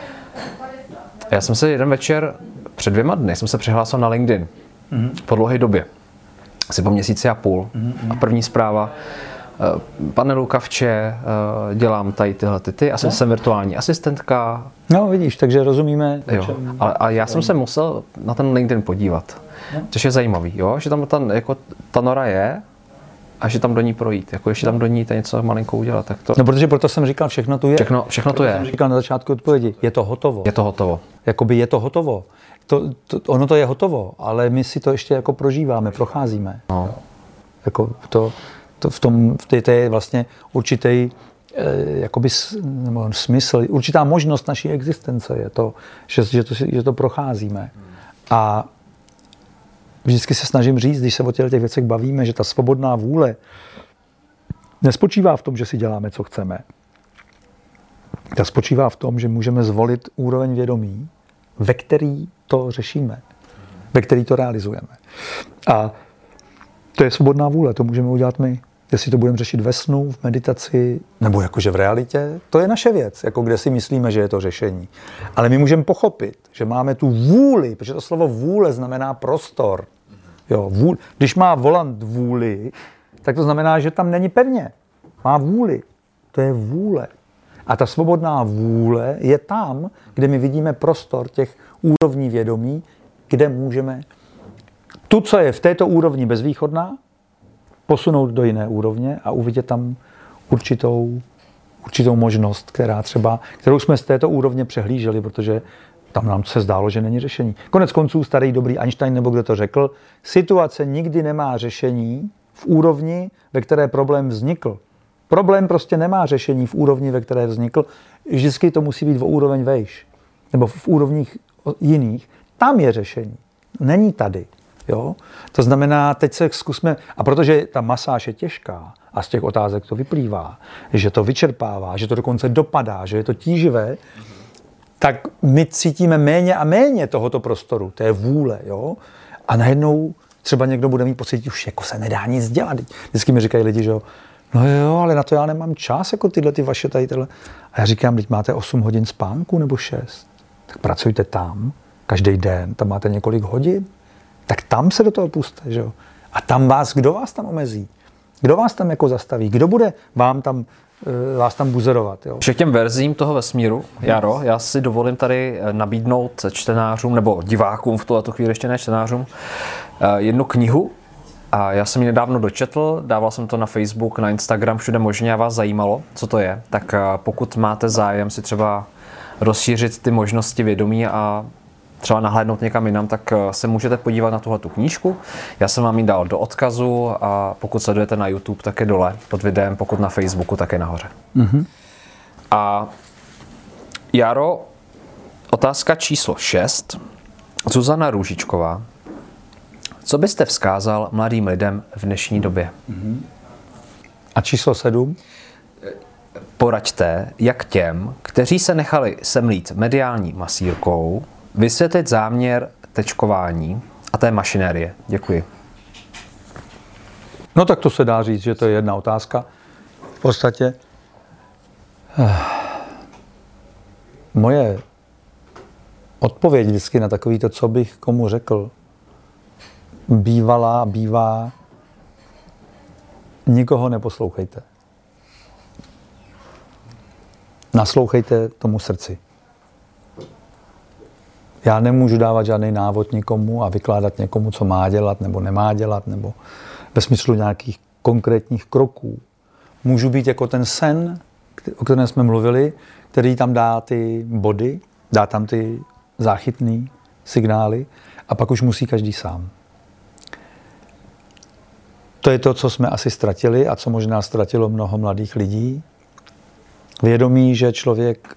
Speaker 1: Já jsem se jeden večer, před 2 dny, jsem se přihlásil na LinkedIn. Po dlouhé době. Asi po měsíci a půl. A první zpráva, pane Lukavče, dělám tady tyhle jsem virtuální asistentka.
Speaker 2: No vidíš, takže rozumíme.
Speaker 1: Jo, ale já jsem se musel na ten LinkedIn podívat, což je zajímavý, jo? Že tam ta nora je a že tam do ní projít, jako ještě tam do ní něco malinko udělat. Tak to...
Speaker 2: No protože proto jsem říkal, všechno tu je.
Speaker 1: Všechno tu je.
Speaker 2: Jsem říkal na začátku odpovědi, je to hotovo.
Speaker 1: Je to hotovo.
Speaker 2: Jakoby je to hotovo. Ono to je hotovo, ale my si to ještě jako prožíváme, procházíme.
Speaker 1: No.
Speaker 2: Jako to je vlastně určitý jakoby smysl, určitá možnost naší existence je to, že to procházíme. A vždycky se snažím říct, když se o těch věcech bavíme, že ta svobodná vůle nespočívá v tom, že si děláme, co chceme. Ta spočívá v tom, že můžeme zvolit úroveň vědomí, ve který to řešíme, ve který to realizujeme. A to je svobodná vůle, to můžeme udělat my. Jestli to budeme řešit ve snu, v meditaci, nebo jakože v realitě, to je naše věc, jako kde si myslíme, že je to řešení. Ale my můžeme pochopit, že máme tu vůli, protože to slovo vůle znamená prostor. Jo, když má volant vůli, tak to znamená, že tam není pevně. Má vůli. To je vůle. A ta svobodná vůle je tam, kde my vidíme prostor těch úrovní vědomí, kde můžeme tu, co je v této úrovni bezvýchodná, posunout do jiné úrovně a uvidět tam určitou možnost, kterou jsme z této úrovně přehlíželi, protože tam nám se zdálo, že není řešení. Konec konců starý dobrý Einstein, nebo kdo to řekl, situace nikdy nemá řešení v úrovni, ve které problém vznikl. Problém prostě nemá řešení v úrovni, ve které vznikl. Vždycky to musí být o úroveň vejš, nebo v úrovních jiných. Tam je řešení. Není tady. Jo? To znamená, teď se zkusme, a protože ta masáž je těžká a z těch otázek to vyplývá, že to vyčerpává, že to dokonce dopadá, že je to tíživé, tak my cítíme méně a méně tohoto prostoru, té vůle. Jo? A najednou třeba někdo bude mít pocit, už jako se nedá nic dělat. Vždycky mi říkají lidi, že no jo, ale na to já nemám čas, jako ty vaše tady. A já říkám, teď máte 8 hodin spánku nebo 6. tak pracujte tam, každý den, tam máte několik hodin, tak tam se do toho puste, že jo. A tam kdo vás tam omezí? Kdo vás tam jako zastaví? Kdo bude vás tam buzerovat? Jo?
Speaker 1: Všem těm verzím toho vesmíru, Jaro, já si dovolím tady nabídnout čtenářům, nebo divákům v tuhletu chvíli ještě ne čtenářům, jednu knihu. A já jsem ji nedávno dočetl, dával jsem to na Facebook, na Instagram, všude možně a vás zajímalo, co to je. Tak pokud máte zájem si třeba rozšířit ty možnosti vědomí a třeba nahlédnout někam jinam, tak se můžete podívat na tuhletu knížku. Já jsem vám ji dal do odkazu a pokud sledujete na YouTube, tak je dole pod videem, pokud na Facebooku, tak je nahoře. Mm-hmm. A Jaro, otázka číslo 6. Zuzana Růžičková. Co byste vzkázal mladým lidem v dnešní době?
Speaker 2: Mm-hmm. A číslo 7?
Speaker 1: Poraďte, jak těm, kteří se nechali semlít mediální masírkou, vysvětlit záměr tečkování a té mašinérie. Děkuji.
Speaker 2: No tak to se dá říct, že to je jedna otázka. V podstatě moje odpověď vždycky na takovýto, co bych komu řekl, bývá, nikoho neposlouchejte. Naslouchejte tomu srdci. Já nemůžu dávat žádný návod nikomu a vykládat někomu, co má dělat nebo nemá dělat, nebo ve smyslu nějakých konkrétních kroků. Můžu být jako ten sen, o kterém jsme mluvili, který tam dá ty body, dá tam ty záchytné signály a pak už musí každý sám. To je to, co jsme asi ztratili a co možná ztratilo mnoho mladých lidí. Vědomí, že člověk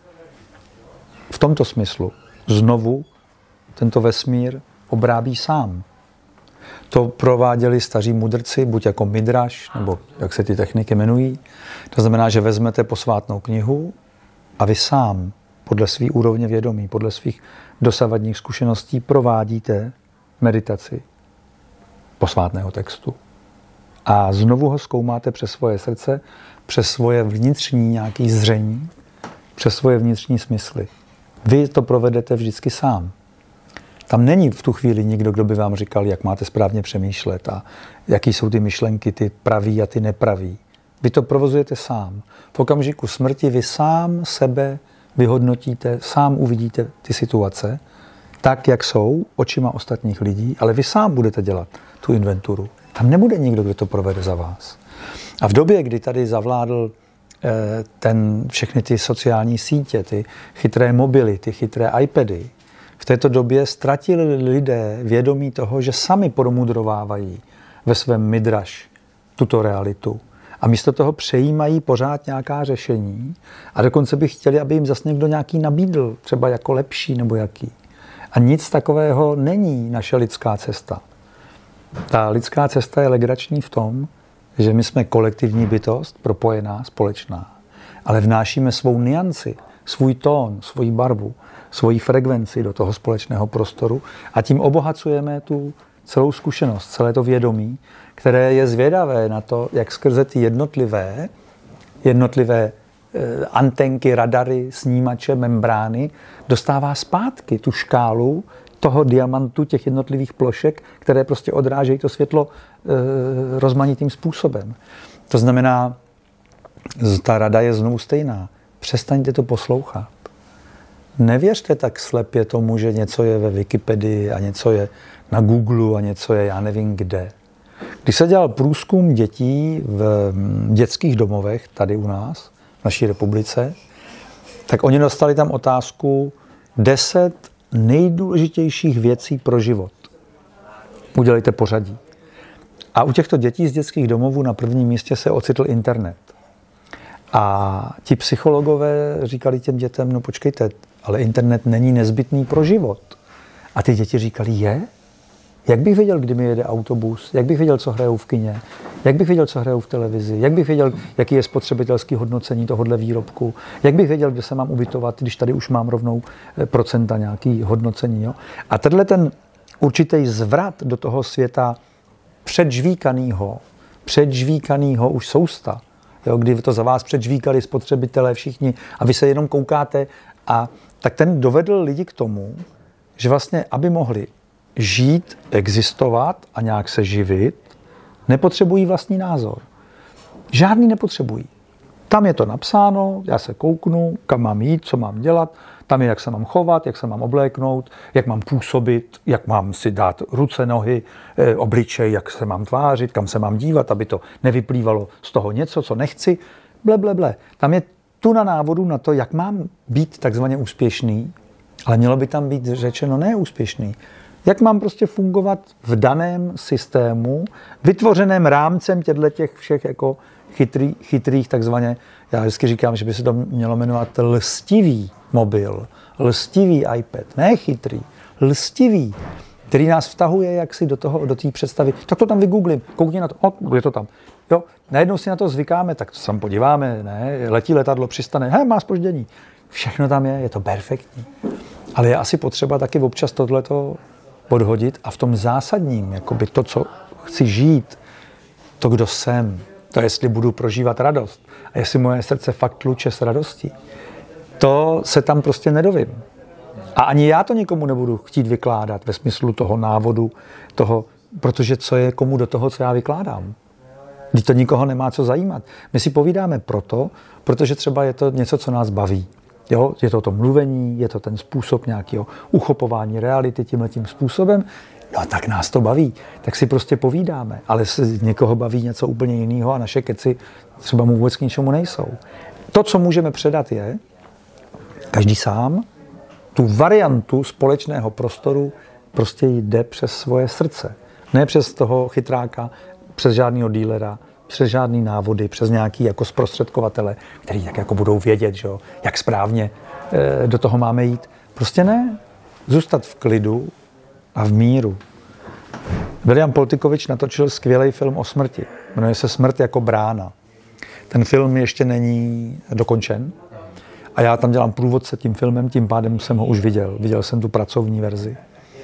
Speaker 2: v tomto smyslu znovu tento vesmír obrábí sám. To prováděli staří mudrci, buď jako midraš, nebo jak se ty techniky jmenují. To znamená, že vezmete posvátnou knihu a vy sám podle své úrovně vědomí, podle svých dosavadních zkušeností provádíte meditaci posvátného textu. A znovu ho zkoumáte přes svoje srdce, přes svoje vnitřní nějaké zření, přes svoje vnitřní smysly. Vy to provedete vždycky sám. Tam není v tu chvíli nikdo, kdo by vám říkal, jak máte správně přemýšlet a jaký jsou ty myšlenky, ty pravý a ty nepravý. Vy to provozujete sám. V okamžiku smrti vy sám sebe vyhodnotíte, sám uvidíte ty situace, tak, jak jsou, očima ostatních lidí, ale vy sám budete dělat tu inventuru. Tam nebude nikdo, kdo to provede za vás. A v době, kdy tady zavládl všechny ty sociální sítě, ty chytré mobily, ty chytré iPady, v této době ztratili lidé vědomí toho, že sami promudrovávají ve svém midraš tuto realitu. A místo toho přejímají pořád nějaká řešení a dokonce by chtěli, aby jim zase někdo nějaký nabídl, třeba jako lepší nebo jaký. A nic takového není naše lidská cesta. Ta lidská cesta je legrační v tom, že my jsme kolektivní bytost, propojená, společná, ale vnášíme svou nuanci, svůj tón, svoji barvu, svoji frekvenci do toho společného prostoru a tím obohacujeme tu celou zkušenost, celé to vědomí, které je zvědavé na to, jak skrze ty jednotlivé antenky, radary, snímače, membrány dostává zpátky tu škálu toho diamantu, těch jednotlivých plošek, které prostě odrážejí to světlo rozmanitým způsobem. To znamená, ta rada je znovu stejná. Přestaňte to poslouchat. Nevěřte tak slepě tomu, že něco je ve Wikipedii a něco je na Google a něco je já nevím kde. Když se dělal průzkum dětí v dětských domovech tady u nás, v naší republice, tak oni dostali tam otázku 10 nejdůležitějších věcí pro život. Udělejte pořadí. A u těchto dětí z dětských domovů na prvním místě se ocitl internet. A ti psychologové říkali těm dětem, no počkejte, ale internet není nezbytný pro život. A ty děti říkali, je? Jak bych věděl, kdy mi jede autobus? Jak bych věděl, co hrajou v kině? Jak bych věděl, co hrajou v televizi? Jak bych věděl, jaký je spotřebitelský hodnocení tohohle výrobku? Jak bych věděl, kde se mám ubytovat, když tady už mám rovnou procenta nějaký hodnocení? Jo? A tenhle ten určitý zvrat do toho světa předžvíkanýho už sousta, jo, kdy to za vás předžvíkali spotřebitelé všichni a vy se jenom koukáte. A tak ten dovedl lidi k tomu, že vlastně, aby mohli žít, existovat a nějak se živit, nepotřebují vlastní názor. Žádný nepotřebují. Tam je to napsáno, já se kouknu, kam mám jít, co mám dělat, tam je, jak se mám chovat, jak se mám obléknout, jak mám působit, jak mám si dát ruce, nohy, obličej, jak se mám tvářit, kam se mám dívat, aby to nevyplývalo z toho něco, co nechci. Ble. Tam je tu na návodu na to, jak mám být takzvaně úspěšný, ale mělo by tam být řečeno neúspěšný. Jak mám prostě fungovat v daném systému, vytvořeném rámcem těch všech jako chytrých takzvaně, já vždycky říkám, že by se to mělo jmenovat lstivý mobil, lstivý iPad, ne chytrý, lstivý, který nás vtahuje jaksi do té představy. Tak to tam vygooglím, koukni na to, je to tam. Jo, najednou si na to zvykáme, tak to se tam podíváme, ne, letí letadlo, přistane, má zpoždění. Všechno tam je to perfektní. Ale je asi potřeba taky občas tohleto podhodit a v tom zásadním, jakoby to, co chci žít, to, kdo jsem, to, jestli budu prožívat radost a jestli moje srdce fakt tluče s radostí, to se tam prostě nedovím. A ani já to nikomu nebudu chtít vykládat ve smyslu toho návodu, protože co je komu do toho, co já vykládám. Když to nikoho nemá co zajímat. My si povídáme protože třeba je to něco, co nás baví. Jo? Je to mluvení, je to ten způsob nějakého uchopování reality tímhletím způsobem. No tak nás to baví, tak si prostě povídáme. Ale někoho baví něco úplně jiného a naše keci třeba mu vůbec k ničemu nejsou. To, co můžeme předat, je každý sám tu variantu společného prostoru prostě jde přes svoje srdce. Ne přes toho chytráka, přes žádného dílera, přes žádný návody, přes nějaký jako zprostředkovatele, který tak jako budou vědět, že jo, jak správně do toho máme jít. Prostě ne. Zůstat v klidu a v míru. William Poltykovič natočil skvělý film o smrti. Jmenuje se Smrt jako brána. Ten film ještě není dokončen a já tam dělám průvodce tím filmem, tím pádem jsem ho už viděl. Viděl jsem tu pracovní verzi.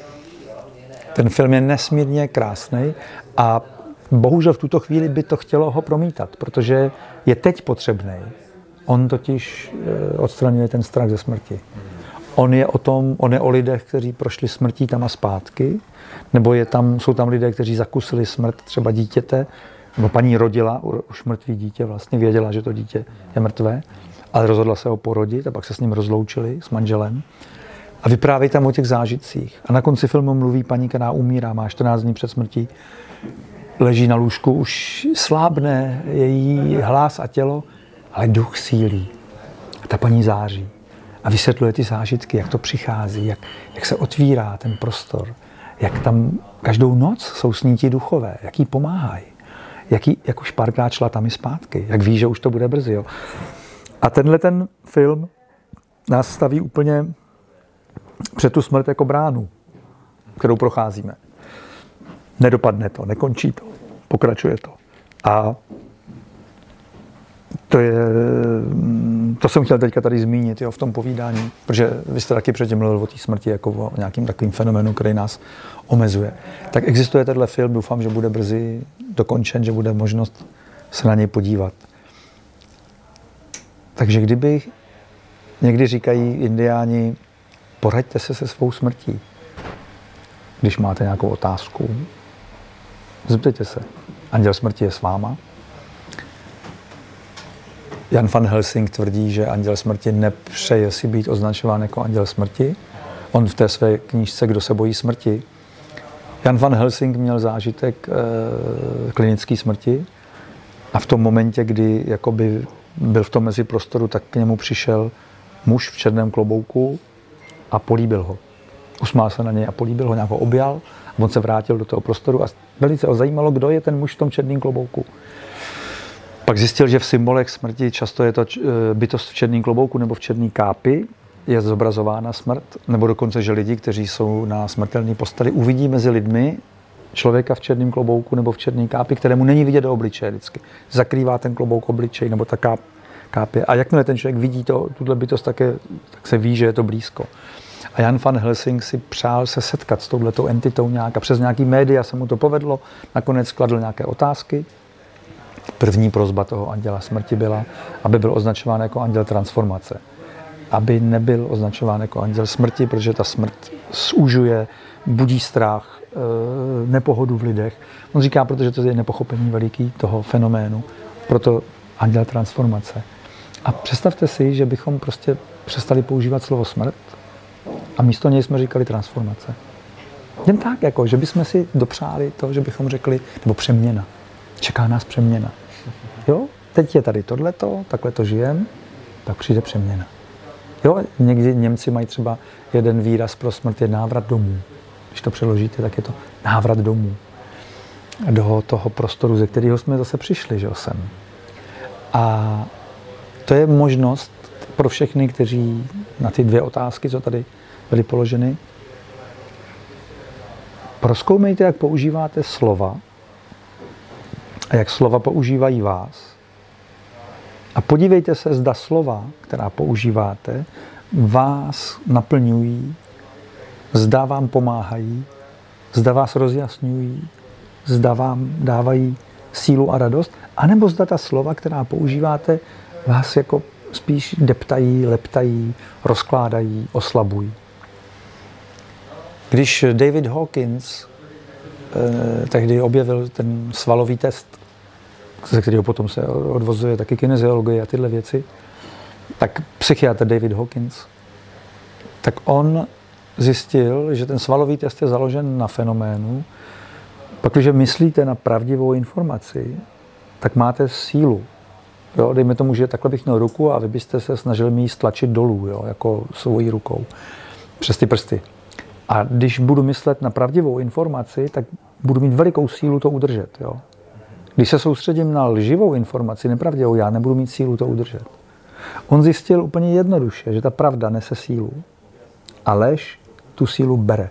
Speaker 2: Ten film je nesmírně krásný a bohužel v tuto chvíli by to chtělo ho promítat, protože je teď potřebný. On totiž odstraňuje ten strach ze smrti. On je o lidech, kteří prošli smrtí tam a zpátky, nebo jsou tam lidé, kteří zakusili smrt třeba dítěte, nebo paní rodila už mrtvý dítě, vlastně věděla, že to dítě je mrtvé, ale rozhodla se ho porodit a pak se s ním rozloučili, s manželem. A vyprávějí tam o těch zážitcích. A na konci filmu mluví paní, která umírá, má 14 dní před smrtí, leží na lůžku, už slábne její hlas a tělo, ale duch sílí. A ta paní září. A vysvětluje ty zážitky, jak to přichází, jak se otvírá ten prostor, jak tam každou noc jsou s ní ti duchové, jak jí pomáhají, jak už párkrát šla tam i zpátky, jak ví, že už to bude brzy. Jo. A tenhle ten film nás staví úplně před tu smrt jako bránu, kterou procházíme. Nedopadne to, nekončí to, pokračuje to. A to jsem chtěl teďka tady zmínit, jo, v tom povídání, protože vy jste taky předtím mluvil o té smrti jako o nějakým takovým fenoménu, který nás omezuje. Tak existuje tenhle film, doufám, že bude brzy dokončen, že bude možnost se na něj podívat. Takže někdy říkají indiáni, poraďte se se svou smrtí. Když máte nějakou otázku, zeptejte se. Anděl smrti je s váma. Jan van Helsing tvrdí, že anděl smrti nepřeje si být označován jako anděl smrti. On v té své knížce Kdo se bojí smrti. Jan van Helsing měl zážitek klinické smrti a v tom momentě, kdy jakoby byl v tom meziprostoru, tak k němu přišel muž v černém klobouku a políbil ho. Usmál se na něj a políbil ho, nějak ho objal a on se vrátil do toho prostoru a velice ho zajímalo, kdo je ten muž v tom černém klobouku. Pak zjistil, že v symbolech smrti často je to bytost v černém klobouku nebo v černé kápi, je zobrazována smrt, nebo dokonce, že lidi, kteří jsou na smrtelné posteli, uvidí mezi lidmi člověka v černém klobouku nebo v černé kápi, kterému není vidět do obličeje vždycky. Zakrývá ten klobouk obličej nebo ta kápě. A jakmile ten člověk vidí tuhle bytost, tak se ví, že je to blízko. A Jan van Helsing si přál se setkat s touhletou entitou nějak a přes nějaký média se mu to povedlo. Nakonec skladl nějaké otázky První prosba toho anděla smrti byla, aby byl označován jako anděl transformace. Aby nebyl označován jako anděl smrti, protože ta smrt zúžuje, budí strach, nepohodu v lidech. On říká, protože to je nepochopení veliký toho fenoménu, proto anděl transformace. A představte si, že bychom prostě přestali používat slovo smrt a místo něj jsme říkali transformace. Jen tak, jako, že bychom si dopřáli to, že bychom řekli, nebo přeměna. Čeká nás přeměna. Jo? Teď je tady tohleto, takhle to žijem, tak přijde přeměna. Jo? Někdy Němci mají třeba jeden výraz pro smrt, je návrat domů. Když to přeložíte, tak je to návrat domů. Do toho prostoru, ze kterého jsme zase přišli, že jo, sem. A to je možnost pro všechny, kteří na ty dvě otázky, co tady byly položeny, prozkoumejte, jak používáte slova a jak slova používají vás. A podívejte se, zda slova, která používáte, vás naplňují, zda vám pomáhají, zda vás rozjasňují, zda vám dávají sílu a radost, anebo zda ta slova, která používáte, vás jako spíš deptají, leptají, rozkládají, oslabují. Když David Hawkins tehdy objevil ten svalový test, ze kterého potom se odvozuje taky kineziologie a tyhle věci, tak psychiatr David Hawkins, tak on zjistil, že ten svalový test je založen na fenoménu, pakliže myslíte na pravdivou informaci, tak máte sílu. Jo, dejme tomu, že takhle bych měl ruku a vy byste se snažili mi ji stlačit dolů, jo, jako svojí rukou, přes ty prsty. A když budu myslet na pravdivou informaci, tak budu mít velikou sílu to udržet. Jo. Když se soustředím na lživou informaci, nepravdivou, já nebudu mít sílu to udržet. On zjistil úplně jednoduše, že ta pravda nese sílu a lež tu sílu bere.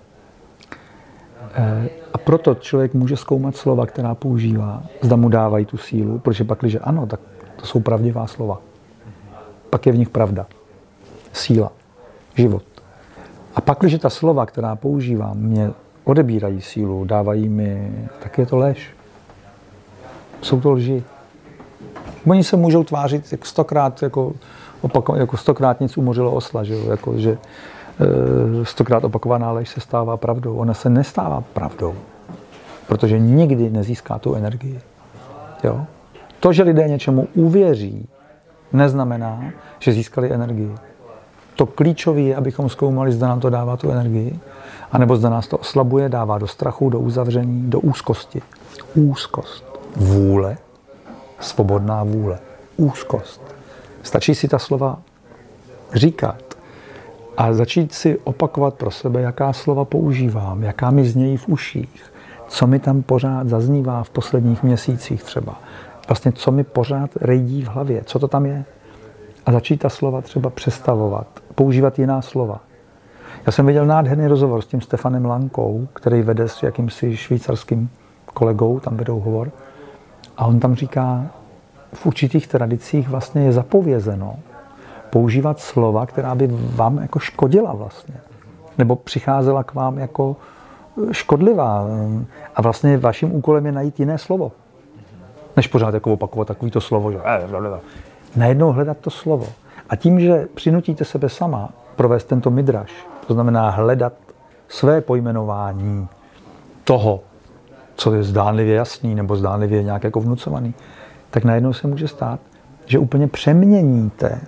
Speaker 2: A proto člověk může zkoumat slova, která používá, zda mu dávají tu sílu, protože pak, když ano, tak to jsou pravdivá slova. Pak je v nich pravda, síla, život. A pak, když ta slova, která používám, mě odebírají sílu, dávají mi, tak je to lež. Jsou to lži. Oni se můžou tvářit jak stokrát, jako 100krát nic umořilo osla, že jo? Jako, že 100krát opakovaná lež se stává pravdou. Ona se nestává pravdou, protože nikdy nezíská tu energii. Jo? To, že lidé něčemu uvěří, neznamená, že získali energii. To klíčové je, abychom zkoumali, zda nám to dává tu energii, anebo zda nás to oslabuje, dává do strachu, do uzavření, do úzkosti. Úzkost. Vůle, svobodná vůle. Úzkost. Stačí si ta slova říkat a začít si opakovat pro sebe, jaká slova používám, jaká mi znějí v uších, co mi tam pořád zaznívá v posledních měsících třeba. Vlastně, co mi pořád rejdí v hlavě, co to tam je. A začít ta slova třeba přestavovat, používat jiná slova. Já jsem viděl nádherný rozhovor s tím Stefanem Lankou, který vede s jakýmsi švýcarským kolegou, tam vedou hovor. A on tam říká, v určitých tradicích vlastně je zapovězeno používat slova, která by vám jako škodila vlastně. Nebo přicházela k vám jako škodlivá. A vlastně vaším úkolem je najít jiné slovo. Než pořád jako opakovat takovýto slovo, že najednou hledat to slovo. A tím, že přinutíte sebe sama provést tento midraš, to znamená hledat své pojmenování toho, co je zdánlivě jasný nebo zdánlivě nějak jako vnucovaný, tak najednou se může stát, že úplně přeměníte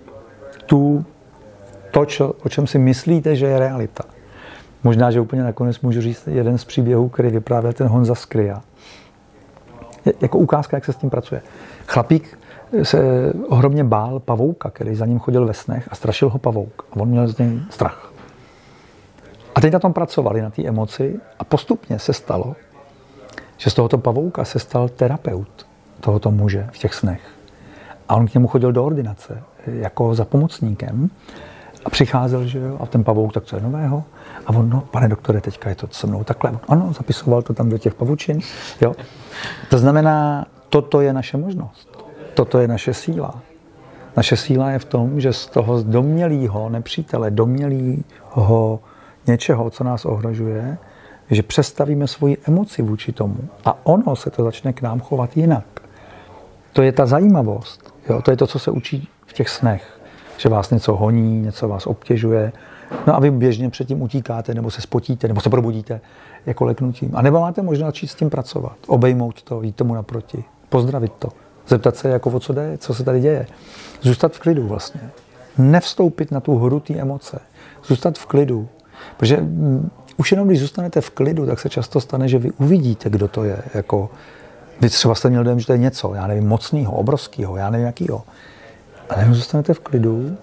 Speaker 2: o čem si myslíte, že je realita. Možná, že úplně nakonec můžu říct jeden z příběhů, který vyprávěl ten Honza Skryja. Jako ukázka, jak se s tím pracuje. Chlapík se ohromně bál pavouka, který za ním chodil ve snech a strašil ho pavouk. A on měl z něj strach. A teď na tom pracovali, na té emoci a postupně se stalo, že z tohoto pavouka se stal terapeut tohoto muže v těch snech. A on k němu chodil do ordinace jako za pomocníkem a přicházel, že jo, a ten pavouk, tak co je nového? A on, no, pane doktore, teďka je to se mnou takhle. Ano, zapisoval to tam do těch pavučin, jo. To znamená, toto je naše možnost. Toto je naše síla. Naše síla je v tom, že z toho domnělého nepřítele, domnělého něčeho, co nás ohrožuje, že přestavíme svoji emoci vůči tomu a ono se to začne k nám chovat jinak. To je ta zajímavost. Jo? To je to, co se učí v těch snech. Že vás něco honí, něco vás obtěžuje. No a vy běžně předtím utíkáte, nebo se spotíte, nebo se probudíte jako leknutím. A nebo máte možnost začít s tím pracovat. Obejmout to, jít tomu naproti. Pozdravit to. Zeptat se, jako o co jde, co se tady děje. Zůstat v klidu vlastně. Nevstoupit na tu hru té emoce. Zůstat v klidu. Protože už jenom když zůstanete v klidu, tak se často stane, že vy uvidíte, kdo to je. Jako, vy třeba jste měl dojem, že to je něco, já nevím, mocného, obrovského, já nevím jakýho. A jenom zůstanete v klidu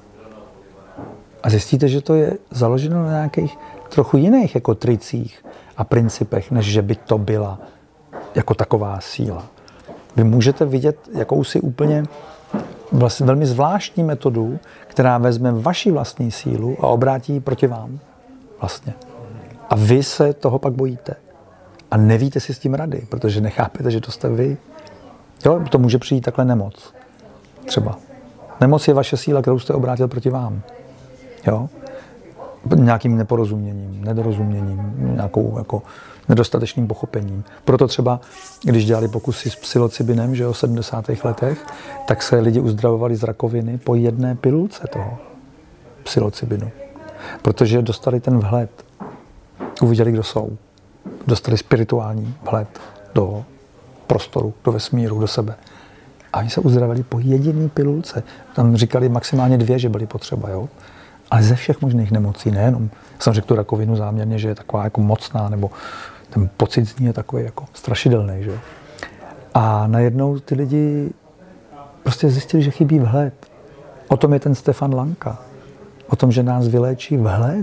Speaker 2: a zjistíte, že to je založeno na nějakých trochu jiných jako tricích a principech, než že by to byla jako taková síla. Vy můžete vidět jakousi úplně vlastně velmi zvláštní metodu, která vezme vaši vlastní sílu a obrátí ji proti vám. Vlastně. A vy se toho pak bojíte. A nevíte si s tím rady, protože nechápete, že to jste vy. Jo, to může přijít takhle nemoc. Třeba. Nemoc je vaše síla, kterou jste obrátil proti vám. Jo? Nějakým neporozuměním, nedorozuměním, nějakou jako nedostatečným pochopením. Proto třeba, když dělali pokusy s psilocybinem, že v 70. letech, tak se lidi uzdravovali z rakoviny po jedné pilulce toho psilocybinu. Protože dostali ten vhled. Uviděli, kdo jsou. Dostali spirituální vhled do prostoru, do vesmíru, do sebe. A oni se uzdravili po jediné pilulce. Tam říkali maximálně 2, že byly potřeba, jo. Ale ze všech možných nemocí, nejenom. Jsem řekl tu rakovinu záměrně, že je taková jako mocná, nebo ten pocit z ní je takový jako strašidelný, že jo. A najednou ty lidi prostě zjistili, že chybí vhled. O tom je ten Stefan Lanka. O tom, že nás vyléčí vhled.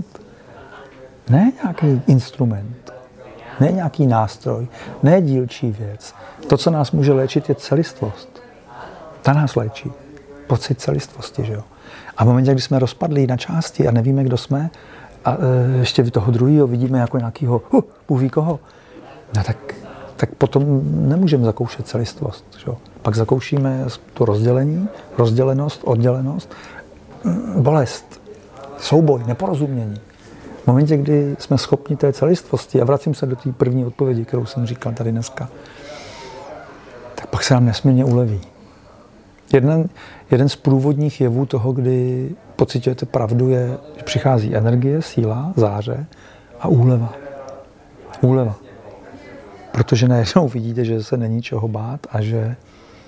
Speaker 2: Ne nějaký instrument, ne nějaký nástroj, ne dílčí věc. To, co nás může léčit, je celistvost. Ta nás léčí. Pocit celistvosti, že jo. A v momentě, kdy jsme rozpadlí na části a nevíme, kdo jsme, a ještě toho druhého vidíme jako nějakýho, Bůh ví koho, no tak potom nemůžeme zakoušet celistvost. Že jo. Pak zakoušíme to rozdělení, rozdělenost, oddělenost, bolest, souboj, neporozumění. V momentě, kdy jsme schopni té celistvosti, a vracím se do té první odpovědi, kterou jsem říkal tady dneska, tak pak se nám nesmírně uleví. Jeden z průvodních jevů toho, kdy pociťujete pravdu, je, že přichází energie, síla, záře a úleva. Úleva. Protože najednou vidíte, že se není čeho bát a že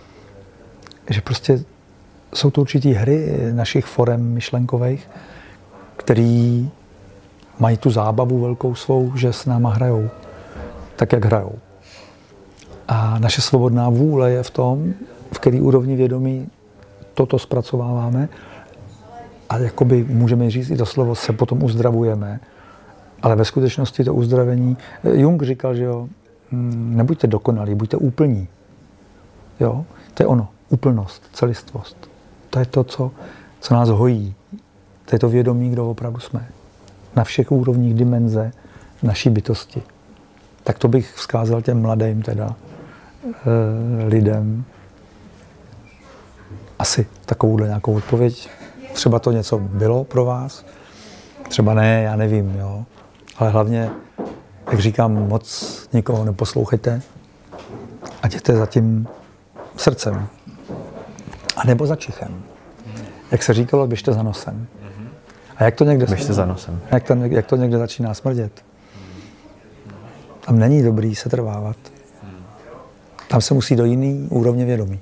Speaker 2: prostě jsou to určitý hry našich forem myšlenkových, který mají tu zábavu velkou svou, že s náma hrajou tak, jak hrajou. A naše svobodná vůle je v tom, v který úrovni vědomí toto zpracováváme a jakoby můžeme říct i to slovo, se potom uzdravujeme, ale ve skutečnosti to uzdravení, Jung říkal, že jo, nebuďte dokonalí, buďte úplní. Jo? To je ono, úplnost, celistvost. To je to, co nás hojí. To je to vědomí, kdo opravdu jsme. Na všech úrovních dimenze naší bytosti. Tak to bych vzkázal těm mladým teda lidem. Asi takovouhle nějakou odpověď. Třeba to něco bylo pro vás, třeba ne, já nevím, jo. Ale hlavně, jak říkám, moc nikoho neposlouchejte a jděte za tím srdcem. A nebo za čichem. Jak se říkalo, běžte za nosem. A jak to někde
Speaker 1: běžte za nosem.
Speaker 2: Jak to někde začíná smrdět. Tam není dobrý se trvávat. Tam se musí do jiný úrovně vědomí.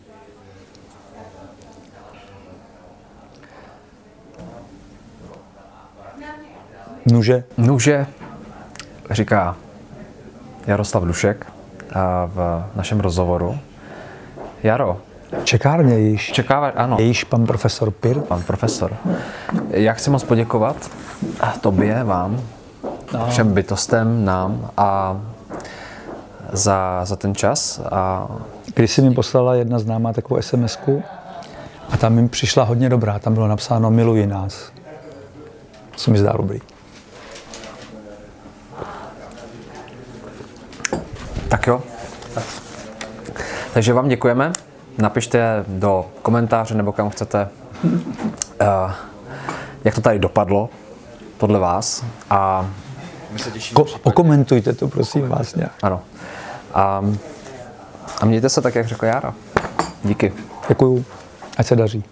Speaker 2: Nuže,
Speaker 1: říká Jaroslav Dušek v našem rozhovoru. Jaro.
Speaker 2: V čekárně již.
Speaker 1: Ano.
Speaker 2: Je již pan profesor Pir.
Speaker 1: Pan profesor. Já chci moc poděkovat tobě, vám, všem bytostem, nám a za ten čas.
Speaker 2: Když jsi mi poslala jedna známá takovou SMS-ku a tam mi přišla hodně dobrá. Tam bylo napsáno miluji nás. To se mi zdá dobrý.
Speaker 1: Tak jo. Takže vám děkujeme. Napište do komentáře nebo kam chcete, jak to tady dopadlo podle vás. A my se těšíme.
Speaker 2: Okomentujte to, prosím vás nějak.
Speaker 1: Ano. A mějte se tak, jak řekl Jára. Díky.
Speaker 2: Děkuju, ať se daří.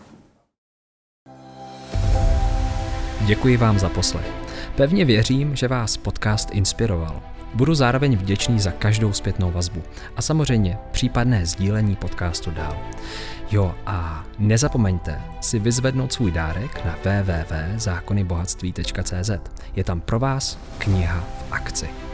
Speaker 1: Děkuji vám za poslech. Pevně věřím, že vás podcast inspiroval. Budu zároveň vděčný za každou zpětnou vazbu a samozřejmě případné sdílení podcastu dál. Jo, a nezapomeňte si vyzvednout svůj dárek na www.zákonybohatství.cz. Je tam pro vás kniha v akci.